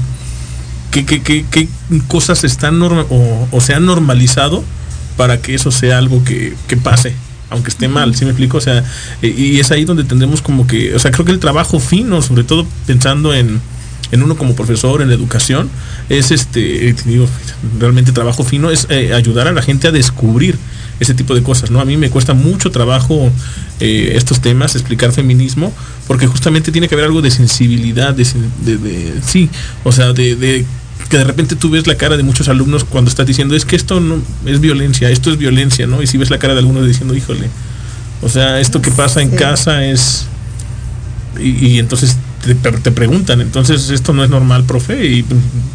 ¿qué cosas están o se han normalizado para que eso sea algo que pase? Aunque esté mal, ¿sí me explico? O sea, y es ahí donde tendremos como que, o sea, creo que el trabajo fino, sobre todo pensando en uno como profesor, en la educación, es realmente trabajo fino, es ayudar a la gente a descubrir ese tipo de cosas, ¿no? A mí me cuesta mucho trabajo estos temas, explicar feminismo, porque justamente tiene que haber algo de sensibilidad, sí, o sea, de que de repente tú ves la cara de muchos alumnos cuando estás diciendo, es que esto no es violencia, esto es violencia, ¿no? Y si ves la cara de algunos diciendo, híjole, o sea, esto que pasa en casa es... Y entonces te preguntan, entonces esto no es normal, profe, y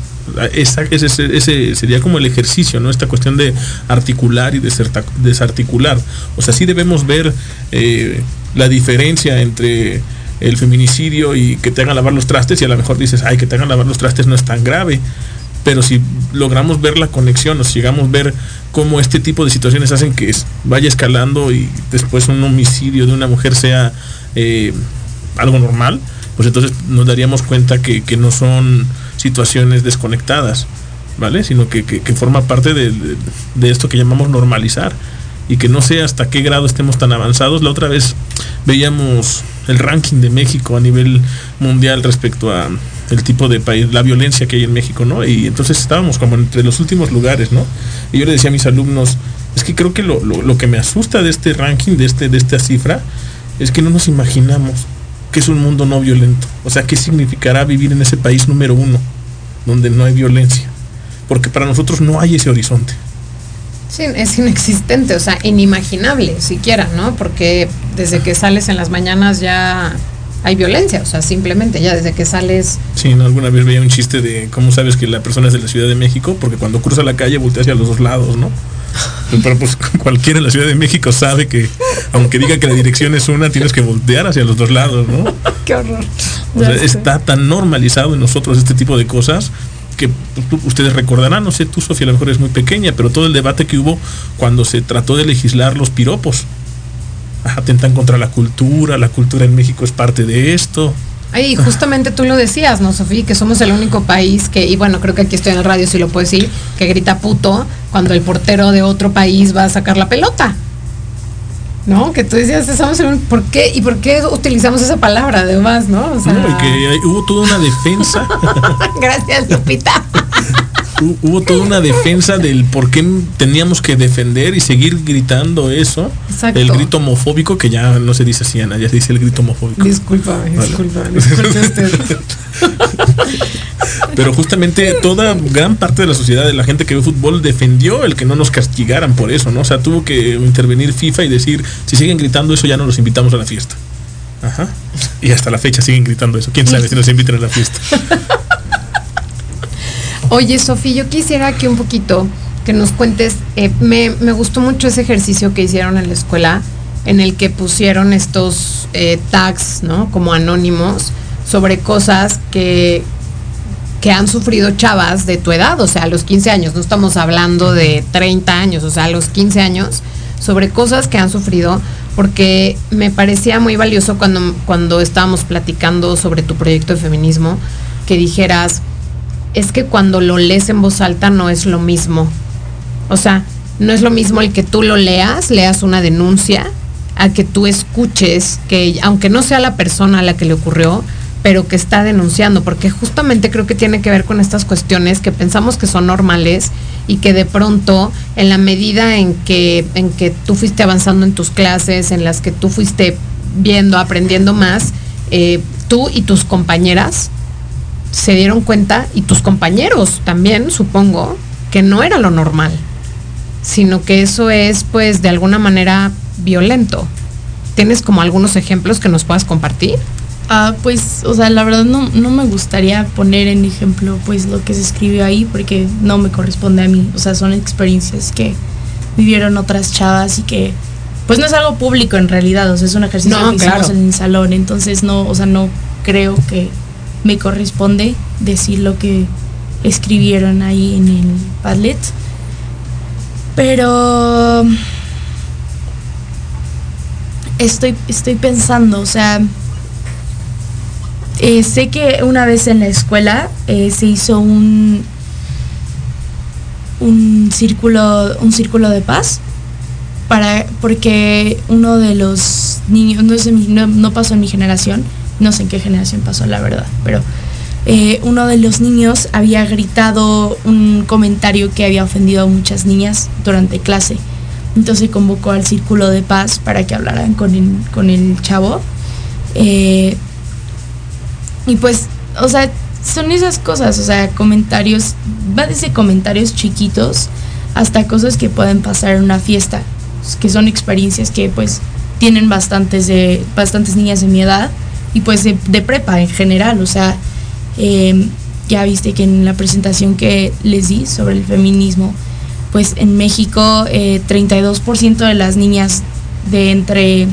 ese sería como el ejercicio, ¿no? Esta cuestión de articular y desarticular. O sea, sí debemos ver la diferencia entre el feminicidio y que te hagan lavar los trastes, y a lo mejor dices, ay, que te hagan lavar los trastes no es tan grave, pero si logramos ver la conexión, o si llegamos a ver cómo este tipo de situaciones hacen que vaya escalando y después un homicidio de una mujer sea algo normal, pues entonces nos daríamos cuenta que no son situaciones desconectadas, ¿vale? Sino que forma parte de esto que llamamos normalizar, y que no sé hasta qué grado estemos tan avanzados. La otra vez veíamos el ranking de México a nivel mundial respecto a el tipo de país, la violencia que hay en México, ¿no? Y entonces estábamos como entre los últimos lugares, ¿no? Y yo le decía a mis alumnos, es que creo que lo que me asusta de este ranking, de esta cifra, es que no nos imaginamos que es un mundo no violento. O sea, ¿qué significará vivir en ese país número 1, donde no hay violencia? Porque para nosotros no hay ese horizonte. Sí, es inexistente, o sea, inimaginable siquiera, ¿no? Porque desde que sales en las mañanas ya hay violencia, o sea, simplemente ya desde que sales... Sí, ¿no? Alguna vez veía un chiste de cómo sabes que la persona es de la Ciudad de México, porque cuando cruza la calle voltea hacia los dos lados, ¿no? Pero pues cualquiera en la Ciudad de México sabe que, aunque diga que la dirección es una, tienes que voltear hacia los dos lados, ¿no? ¡Qué horror! O sea, está tan normalizado en nosotros este tipo de cosas que ustedes recordarán, no sé, tú, Sofía, a lo mejor es muy pequeña, pero todo el debate que hubo cuando se trató de legislar los piropos. Atentan contra la cultura en México es parte de esto. Ay, justamente tú lo decías, ¿no, Sofía? Que somos el único país que, y bueno, creo que aquí estoy en el radio, si lo puedo decir, que grita puto cuando el portero de otro país va a sacar la pelota. ¿No? Que tú decías, ¿por qué? ¿Y por qué utilizamos esa palabra además, no? O sea... No, y que hubo toda una defensa. Gracias, Lupita. Hubo toda una defensa del por qué teníamos que defender y seguir gritando eso. Exacto. El grito homofóbico, que ya no se dice así, Ana, ya se dice el grito homofóbico. Discúlpame. Pero justamente toda gran parte de la sociedad, de la gente que ve fútbol, defendió el que no nos castigaran por eso, ¿no? O sea, tuvo que intervenir FIFA y decir, si siguen gritando eso, ya no los invitamos a la fiesta. Ajá. Y hasta la fecha siguen gritando eso. ¿Quién sabe si nos invitan a la fiesta? Oye, Sofía, yo quisiera que un poquito que nos cuentes, me gustó mucho ese ejercicio que hicieron en la escuela, en el que pusieron estos tags, ¿no? Como anónimos, sobre cosas que han sufrido chavas de tu edad, o sea, a los 15 años, no estamos hablando de 30 años, o sea, a los 15 años, sobre cosas que han sufrido, porque me parecía muy valioso cuando estábamos platicando sobre tu proyecto de feminismo, que dijeras, es que cuando lo lees en voz alta no es lo mismo. O sea, no es lo mismo el que tú lo leas una denuncia, a que tú escuches que, aunque no sea la persona a la que le ocurrió, pero que está denunciando, porque justamente creo que tiene que ver con estas cuestiones que pensamos que son normales y que de pronto, en la medida en que tú fuiste avanzando en tus clases, en las que tú fuiste viendo, aprendiendo más, tú y tus compañeras se dieron cuenta, y tus compañeros también, supongo, que no era lo normal, sino que eso es, pues, de alguna manera violento. ¿Tienes como algunos ejemplos que nos puedas compartir? Pues, o sea, la verdad no me gustaría poner en ejemplo pues lo que se escribió ahí, porque no me corresponde a mí. O sea, son experiencias que vivieron otras chavas y que pues no es algo público en realidad. O sea, es un ejercicio que hicimos en el salón. Entonces no creo que me corresponde decir lo que escribieron ahí en el Padlet. Pero estoy pensando, o sea, sé que una vez en la escuela se hizo un círculo de paz porque uno de los niños, no pasó en mi generación, no sé en qué generación pasó la verdad, pero uno de los niños había gritado un comentario que había ofendido a muchas niñas durante clase. Entonces convocó al círculo de paz para que hablaran con el chavo. Y pues, o sea, son esas cosas, o sea, comentarios, va desde comentarios chiquitos hasta cosas que pueden pasar en una fiesta, que son experiencias que pues tienen bastantes niñas de mi edad y pues de prepa en general. O sea, ya viste que en la presentación que les di sobre el feminismo, pues en México 32% de las niñas de entre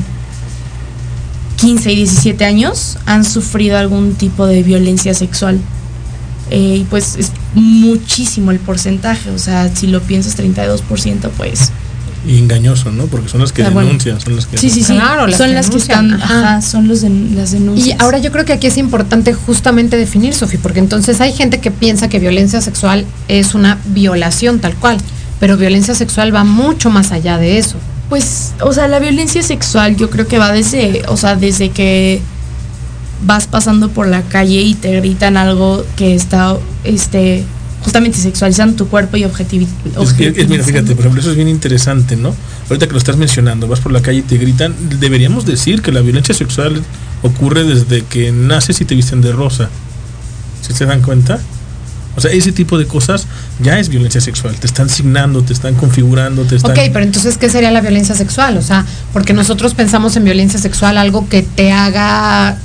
15 y 17 años han sufrido algún tipo de violencia sexual. Y pues es muchísimo el porcentaje, o sea, si lo piensas 32%, pues... Y engañoso, ¿no? Porque son las que denuncian, son las que... Sí, claro, son las que están, son las denuncias. Y ahora yo creo que aquí es importante justamente definir, Sofi, porque entonces hay gente que piensa que violencia sexual es una violación tal cual, pero violencia sexual va mucho más allá de eso. Pues, o sea, la violencia sexual yo creo que va desde que vas pasando por la calle y te gritan algo que está justamente sexualizando tu cuerpo y objetivizando. Mira, fíjate, por ejemplo, eso es bien interesante, ¿no? Ahorita que lo estás mencionando, vas por la calle y te gritan, deberíamos decir que la violencia sexual ocurre desde que naces y te visten de rosa. ¿Sí se dan cuenta? O sea, ese tipo de cosas ya es violencia sexual. Te están asignando, te están configurando, te están... Ok, pero entonces, ¿qué sería la violencia sexual? O sea, porque nosotros pensamos en violencia sexual algo que te haga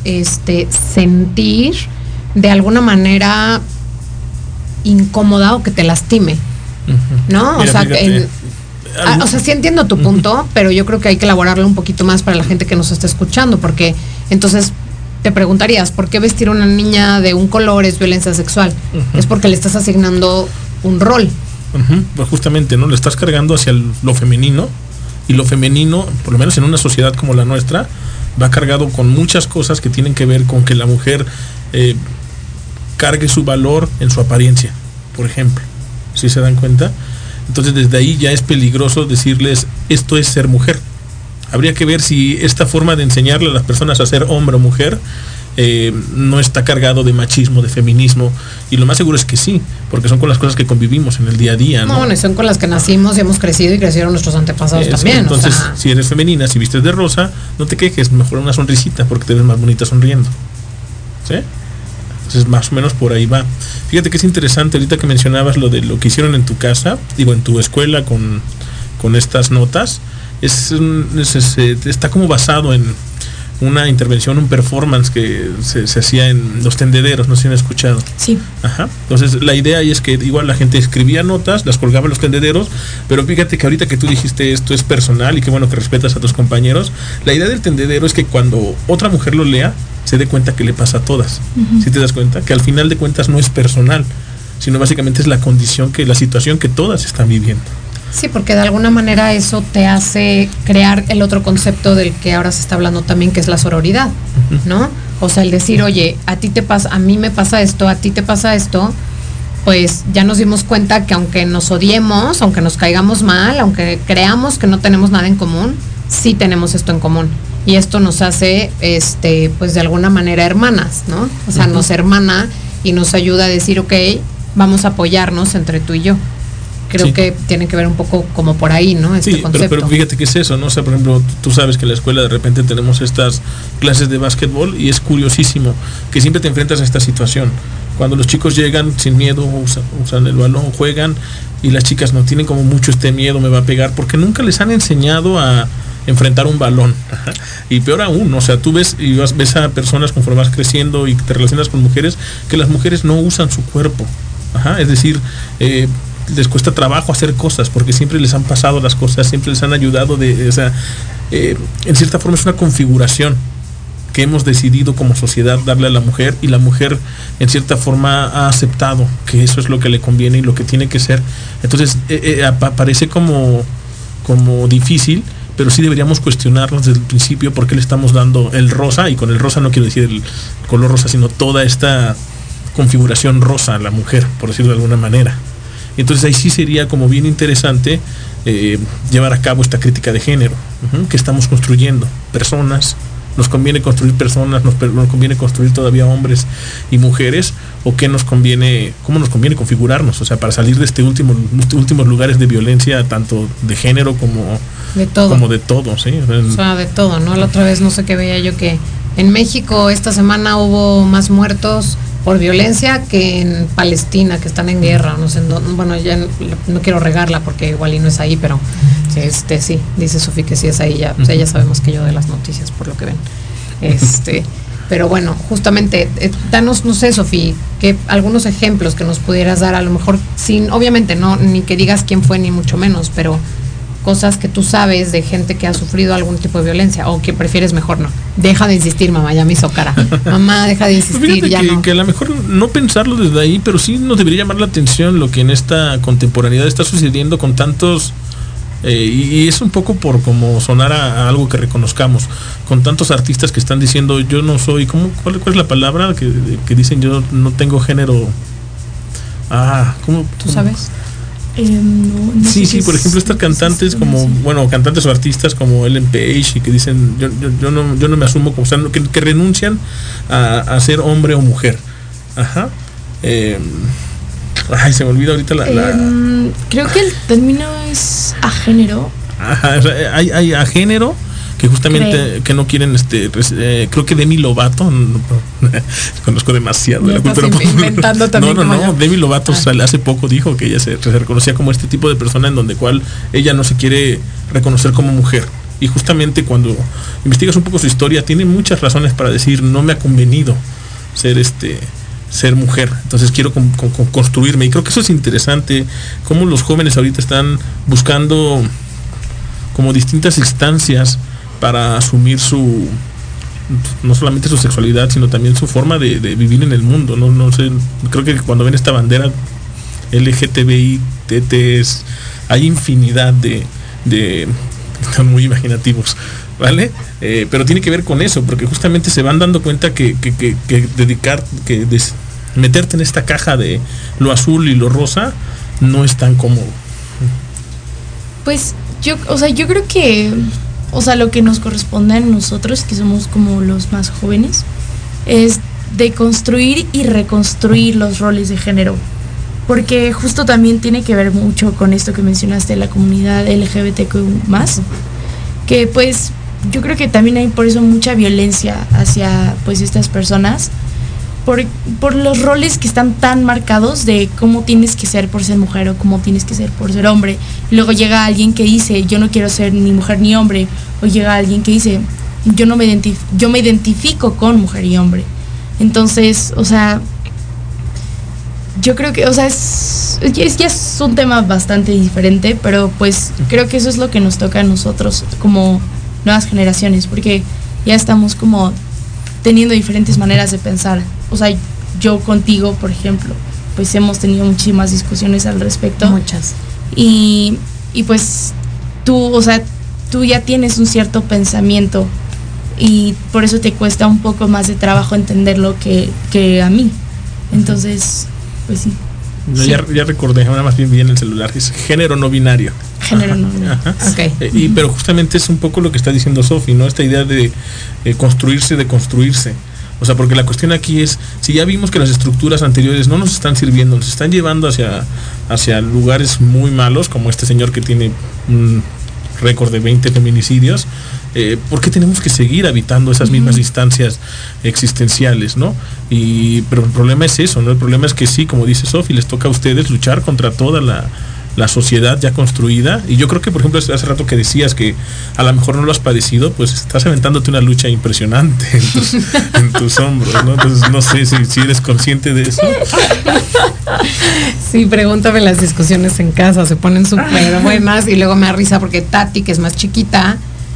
sentir de alguna manera incómoda o que te lastime, ¿no? Mira, o sea, sí entiendo tu punto, pero yo creo que hay que elaborarlo un poquito más para la gente que nos está escuchando, porque entonces... te preguntarías, ¿por qué vestir a una niña de un color es violencia sexual? Es porque le estás asignando un rol. Pues justamente, ¿no? Le estás cargando hacia lo femenino, y lo femenino, por lo menos en una sociedad como la nuestra, va cargado con muchas cosas que tienen que ver con que la mujer cargue su valor en su apariencia, por ejemplo. ¿Sí se dan cuenta? Entonces desde ahí ya es peligroso decirles, esto es ser mujer. Habría que ver si esta forma de enseñarle a las personas a ser hombre o mujer no está cargado de machismo, de feminismo, y lo más seguro es que sí, porque son con las cosas que convivimos en el día a día, ¿no? No, son con las que nacimos y hemos crecido y crecieron nuestros antepasados también. Entonces, si eres femenina, si vistes de rosa, no te quejes, mejor una sonrisita, porque te ves más bonita sonriendo. ¿Sí? Entonces, más o menos por ahí va. Fíjate que es interesante ahorita que mencionabas lo de lo que hicieron en tu casa, digo, en tu escuela con estas notas. Está como basado en una intervención, un performance que se hacía en los tendederos, no sé si han escuchado. Sí. Ajá. Entonces la idea ahí es que igual la gente escribía notas, las colgaba en los tendederos, pero fíjate que ahorita que tú dijiste esto es personal y qué bueno que respetas a tus compañeros, la idea del tendedero es que cuando otra mujer lo lea, se dé cuenta que le pasa a todas. ¿Sí te das cuenta? Que al final de cuentas no es personal, sino básicamente es la condición, la situación que todas están viviendo. Sí, porque de alguna manera eso te hace crear el otro concepto del que ahora se está hablando también, que es la sororidad, ¿no? O sea, el decir, oye, a ti te pasa, a mí me pasa esto, a ti te pasa esto, pues ya nos dimos cuenta que aunque nos odiemos, aunque nos caigamos mal, aunque creamos que no tenemos nada en común, sí tenemos esto en común. Y esto nos hace, pues de alguna manera hermanas, ¿no? O sea, nos hermana y nos ayuda a decir, ok, vamos a apoyarnos entre tú y yo. Creo que tiene que ver un poco como por ahí, ¿no? Este concepto. Pero fíjate que es eso, ¿no? O sea, por ejemplo, tú sabes que en la escuela de repente tenemos estas clases de básquetbol y es curiosísimo que siempre te enfrentas a esta situación. Cuando los chicos llegan sin miedo, usan el balón, juegan, y las chicas no tienen como mucho este miedo, me va a pegar, porque nunca les han enseñado a enfrentar un balón. Y peor aún, o sea, tú ves a personas conforme vas creciendo y te relacionas con mujeres, que las mujeres no usan su cuerpo. Es decir, les cuesta trabajo hacer cosas porque siempre les han pasado las cosas, siempre les han ayudado en cierta forma es una configuración que hemos decidido como sociedad darle a la mujer, y la mujer en cierta forma ha aceptado que eso es lo que le conviene y lo que tiene que ser. Entonces parece como difícil, pero sí deberíamos cuestionarnos desde el principio por qué le estamos dando el rosa, y con el rosa no quiero decir el color rosa, sino toda esta configuración rosa a la mujer, por decirlo de alguna manera. Entonces ahí sí sería como bien interesante llevar a cabo esta crítica de género, que estamos construyendo personas. ¿Nos conviene construir personas? ¿Nos conviene construir todavía hombres y mujeres? ¿O cómo nos conviene configurarnos? O sea, para salir de estos últimos lugares de violencia, tanto de género como de todo. ¿Sí? O sea, de todo, ¿no? La otra vez no sé qué veía yo, que en México esta semana hubo más muertos por violencia que en Palestina, que están en guerra, no sé, bueno, ya no quiero regarla porque igual y no es ahí, pero sí, dice Sofía que sí es ahí, ya, o sea, ya sabemos que yo de las noticias por lo que ven. Pero bueno, justamente, danos, no sé, Sofía, que algunos ejemplos que nos pudieras dar, a lo mejor sin, obviamente, no, ni que digas quién fue, ni mucho menos, pero cosas que tú sabes de gente que ha sufrido algún tipo de violencia, o que prefieres mejor no. Deja de insistir, mamá, ya me hizo cara. Mamá, deja de insistir, ya no. Que a lo mejor no pensarlo desde ahí, pero sí nos debería llamar la atención lo que en esta contemporaneidad está sucediendo con tantos, y es un poco por como sonar a algo que reconozcamos, con tantos artistas que están diciendo, yo no soy, ¿cuál es la palabra? Que dicen, yo no tengo género. ¿Cómo? ¿Tú sabes? No sí, por ejemplo, estas cantantes cantantes o artistas como Ellen Page, y que dicen yo no me asumo como, o sea, que renuncian a ser hombre o mujer. Se me olvida ahorita creo que el término es a género. Hay a género, que justamente que no quieren, creo que Demi Lovato, conozco demasiado, pero inventando también. No, Demi Lovato hace poco dijo que ella se reconocía como este tipo de persona en donde cual ella no se quiere reconocer como mujer. Y justamente cuando investigas un poco su historia, tiene muchas razones para decir, no me ha convenido ser mujer, entonces quiero construirme. Y creo que eso es interesante, cómo los jóvenes ahorita están buscando como distintas instancias para asumir no solamente su sexualidad, sino también su forma de vivir en el mundo. No sé, creo que cuando ven esta bandera LGTBI, hay infinidad de están muy imaginativos, ¿vale? Pero tiene que ver con eso, porque justamente se van dando cuenta que meterte en esta caja de lo azul y lo rosa no es tan cómodo. Pues yo creo que, lo que nos corresponde a nosotros, que somos como los más jóvenes, es de construir y reconstruir los roles de género, porque justo también tiene que ver mucho con esto que mencionaste, la comunidad LGBTQ+, que pues yo creo que también hay por eso mucha violencia hacia pues estas personas, por los roles que están tan marcados de cómo tienes que ser por ser mujer o cómo tienes que ser por ser hombre. Y luego llega alguien que dice, yo no quiero ser ni mujer ni hombre, o llega alguien que dice, yo me identifico con mujer y hombre. Entonces, yo creo que, ya es un tema bastante diferente, pero pues creo que eso es lo que nos toca a nosotros como nuevas generaciones, porque ya estamos como teniendo diferentes maneras de pensar. Yo contigo, por ejemplo, pues hemos tenido muchísimas discusiones al respecto. Muchas. Y y pues tú ya tienes un cierto pensamiento y por eso te cuesta un poco más de trabajo entenderlo que a mí. Entonces, pues sí. No, sí. Ya recordé, ahora más bien el celular, es género no binario. Género no binario. Okay. Pero justamente es un poco lo que está diciendo Sofi, ¿no? Esta idea de construirse, de construirse. O sea, porque la cuestión aquí es, si ya vimos que las estructuras anteriores no nos están sirviendo, nos están llevando hacia lugares muy malos, como este señor que tiene un récord de 20 feminicidios, ¿por qué tenemos que seguir habitando esas mismas instancias existenciales, ¿no? Pero el problema es eso, ¿no? El problema es que sí, como dice Sofi, les toca a ustedes luchar contra toda la sociedad ya construida. Y yo creo que, por ejemplo, hace rato que decías que a lo mejor no lo has padecido, pues estás aventándote una lucha impresionante en tus hombros, ¿no? Entonces no sé si eres consciente de eso. Sí, pregúntame, las discusiones en casa se ponen súper buenas y luego me da risa porque Tati, que es más chiquita,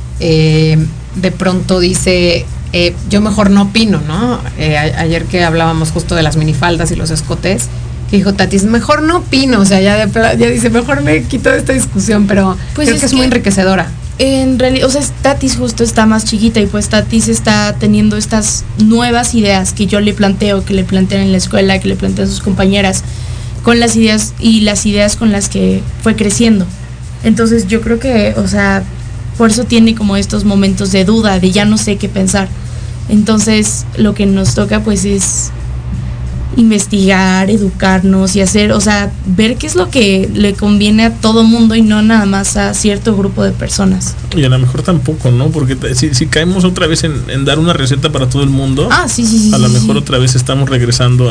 de pronto dice, yo mejor no opino, ¿no? Ayer que hablábamos justo de las minifaldas y los escotes, que dijo Tati, mejor no opino, o sea, ya dice, mejor me quito de esta discusión, pero pues creo que es muy enriquecedora. En realidad, o sea, Tatis justo está más chiquita y pues Tatis está teniendo estas nuevas ideas que yo le planteo, que le plantean en la escuela, que le plantean a sus compañeras, con las ideas y las ideas con las que fue creciendo. Entonces yo creo que, o sea, por eso tiene como estos momentos de duda, de ya no sé qué pensar. Entonces lo que nos toca pues es investigar, educarnos y hacer, o sea, ver qué es lo que le conviene a todo mundo y no nada más a cierto grupo de personas. Y a lo mejor tampoco, ¿no? Porque si caemos otra vez en dar una receta para todo el mundo, sí, a lo mejor otra vez estamos regresando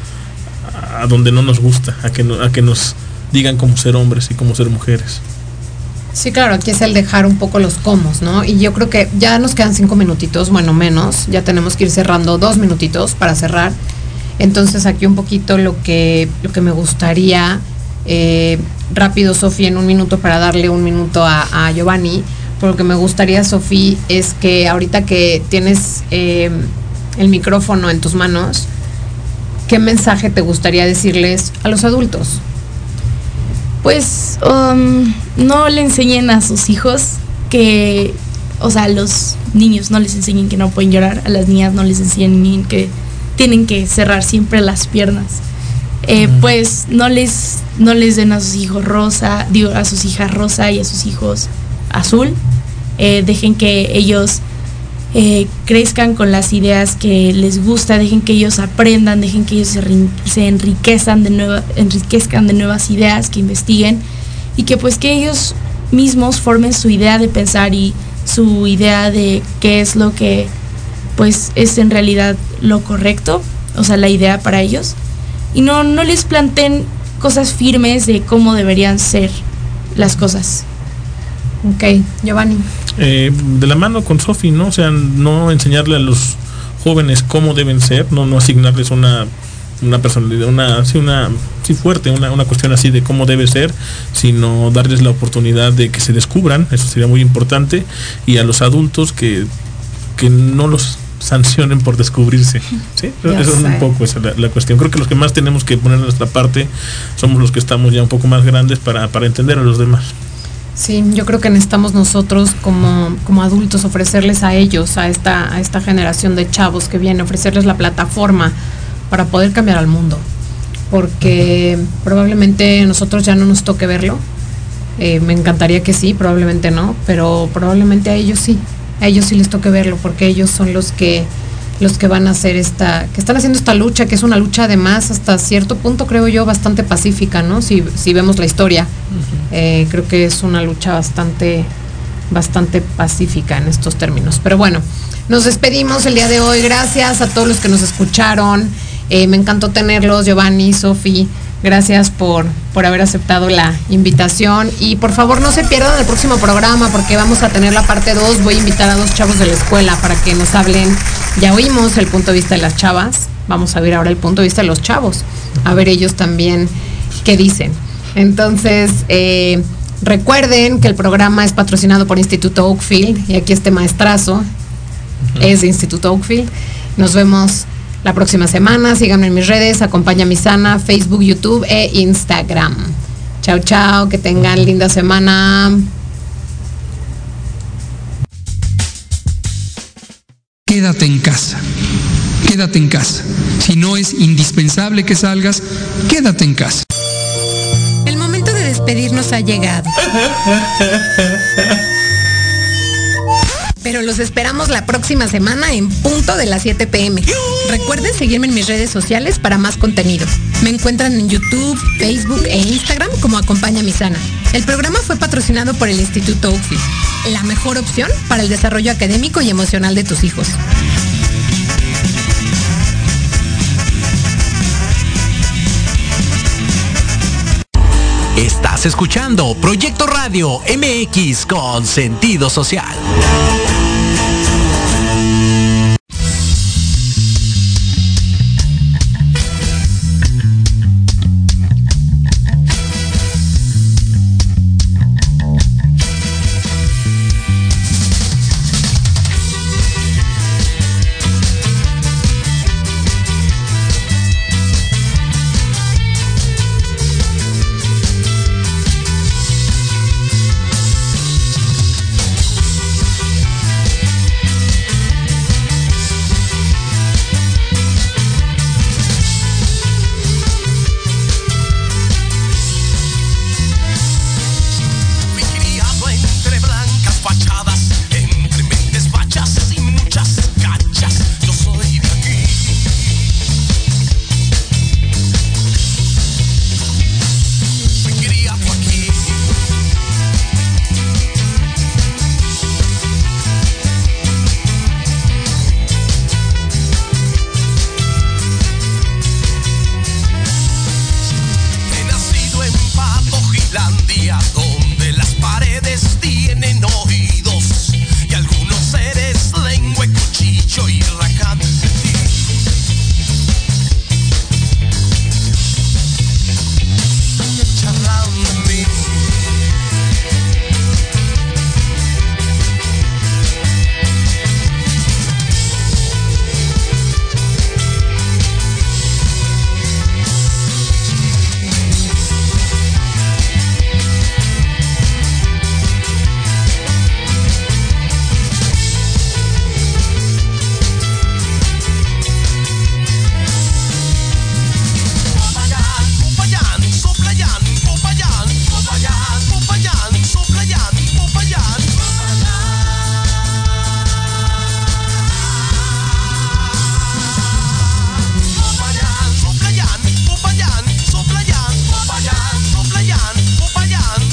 a donde no nos gusta, a que nos digan cómo ser hombres y cómo ser mujeres. Sí, claro, aquí es el dejar un poco los comos, ¿no? Y yo creo que ya nos quedan 5 minutitos, bueno, menos, ya tenemos que ir cerrando 2 minutitos para cerrar. Entonces aquí un poquito lo que me gustaría, rápido Sofi, en un minuto para darle un minuto a Giovanni, por lo que me gustaría, Sofi, es que ahorita que tienes el micrófono en tus manos, ¿qué mensaje te gustaría decirles a los adultos? Pues no le enseñen a sus hijos que, o sea, a los niños no les enseñen que no pueden llorar, a las niñas no les enseñen que tienen que cerrar siempre las piernas. Pues no les den a sus hijos rosa, a sus hijas rosa y a sus hijos azul. Dejen que ellos crezcan con las ideas que les gusta, dejen que ellos aprendan, dejen que ellos se enriquezcan de nuevas ideas, que investiguen y que pues que ellos mismos formen su idea de pensar y su idea de qué es lo que pues es en realidad lo correcto, o sea, la idea para ellos, y no les planteen cosas firmes de cómo deberían ser las cosas. Ok, Giovanni. De la mano con Sofi, ¿no? O sea, no enseñarle a los jóvenes cómo deben ser, no asignarles una personalidad, una cuestión así de cómo debe ser, sino darles la oportunidad de que se descubran, eso sería muy importante, y a los adultos que no los sancionen por descubrirse, ¿sí? Eso es un poco esa la cuestión. Creo que los que más tenemos que poner nuestra parte somos los que estamos ya un poco más grandes para entender a los demás. Sí, yo creo que necesitamos nosotros como adultos ofrecerles a ellos, a esta generación de chavos que viene, ofrecerles la plataforma para poder cambiar al mundo, porque probablemente a nosotros ya no nos toque verlo, me encantaría que sí, probablemente no, pero probablemente a ellos sí les toque verlo, porque ellos son los que van a hacer que están haciendo esta lucha, que es una lucha además hasta cierto punto, creo yo, bastante pacífica, ¿no? Si vemos la historia, creo que es una lucha bastante pacífica en estos términos. Pero bueno, nos despedimos el día de hoy. Gracias a todos los que nos escucharon. Me encantó tenerlos, Giovanni, Sofi. Gracias por haber aceptado la invitación. Y por favor no se pierdan el próximo programa, porque vamos a tener la parte 2. Voy a invitar a 2 chavos de la escuela para que nos hablen. Ya oímos el punto de vista de las chavas. Vamos a ver ahora el punto de vista de los chavos. A ver ellos también qué dicen. Entonces, recuerden que el programa es patrocinado por Instituto Oakfield. Y aquí este maestrazo es de Instituto Oakfield. Nos vemos la próxima semana. Síganme en mis redes, acompaña a Misana, Facebook, YouTube e Instagram. Chao, chao, que tengan linda semana. Quédate en casa. Quédate en casa. Si no es indispensable que salgas, quédate en casa. El momento de despedirnos ha llegado. Pero los esperamos la próxima semana en punto de las 7 p.m. Recuerden seguirme en mis redes sociales para más contenido. Me encuentran en YouTube, Facebook e Instagram como Acompaña Mi Sana. El programa fue patrocinado por el Instituto Oakfield, la mejor opción para el desarrollo académico y emocional de tus hijos. Estás escuchando Proyecto Radio MX con sentido social.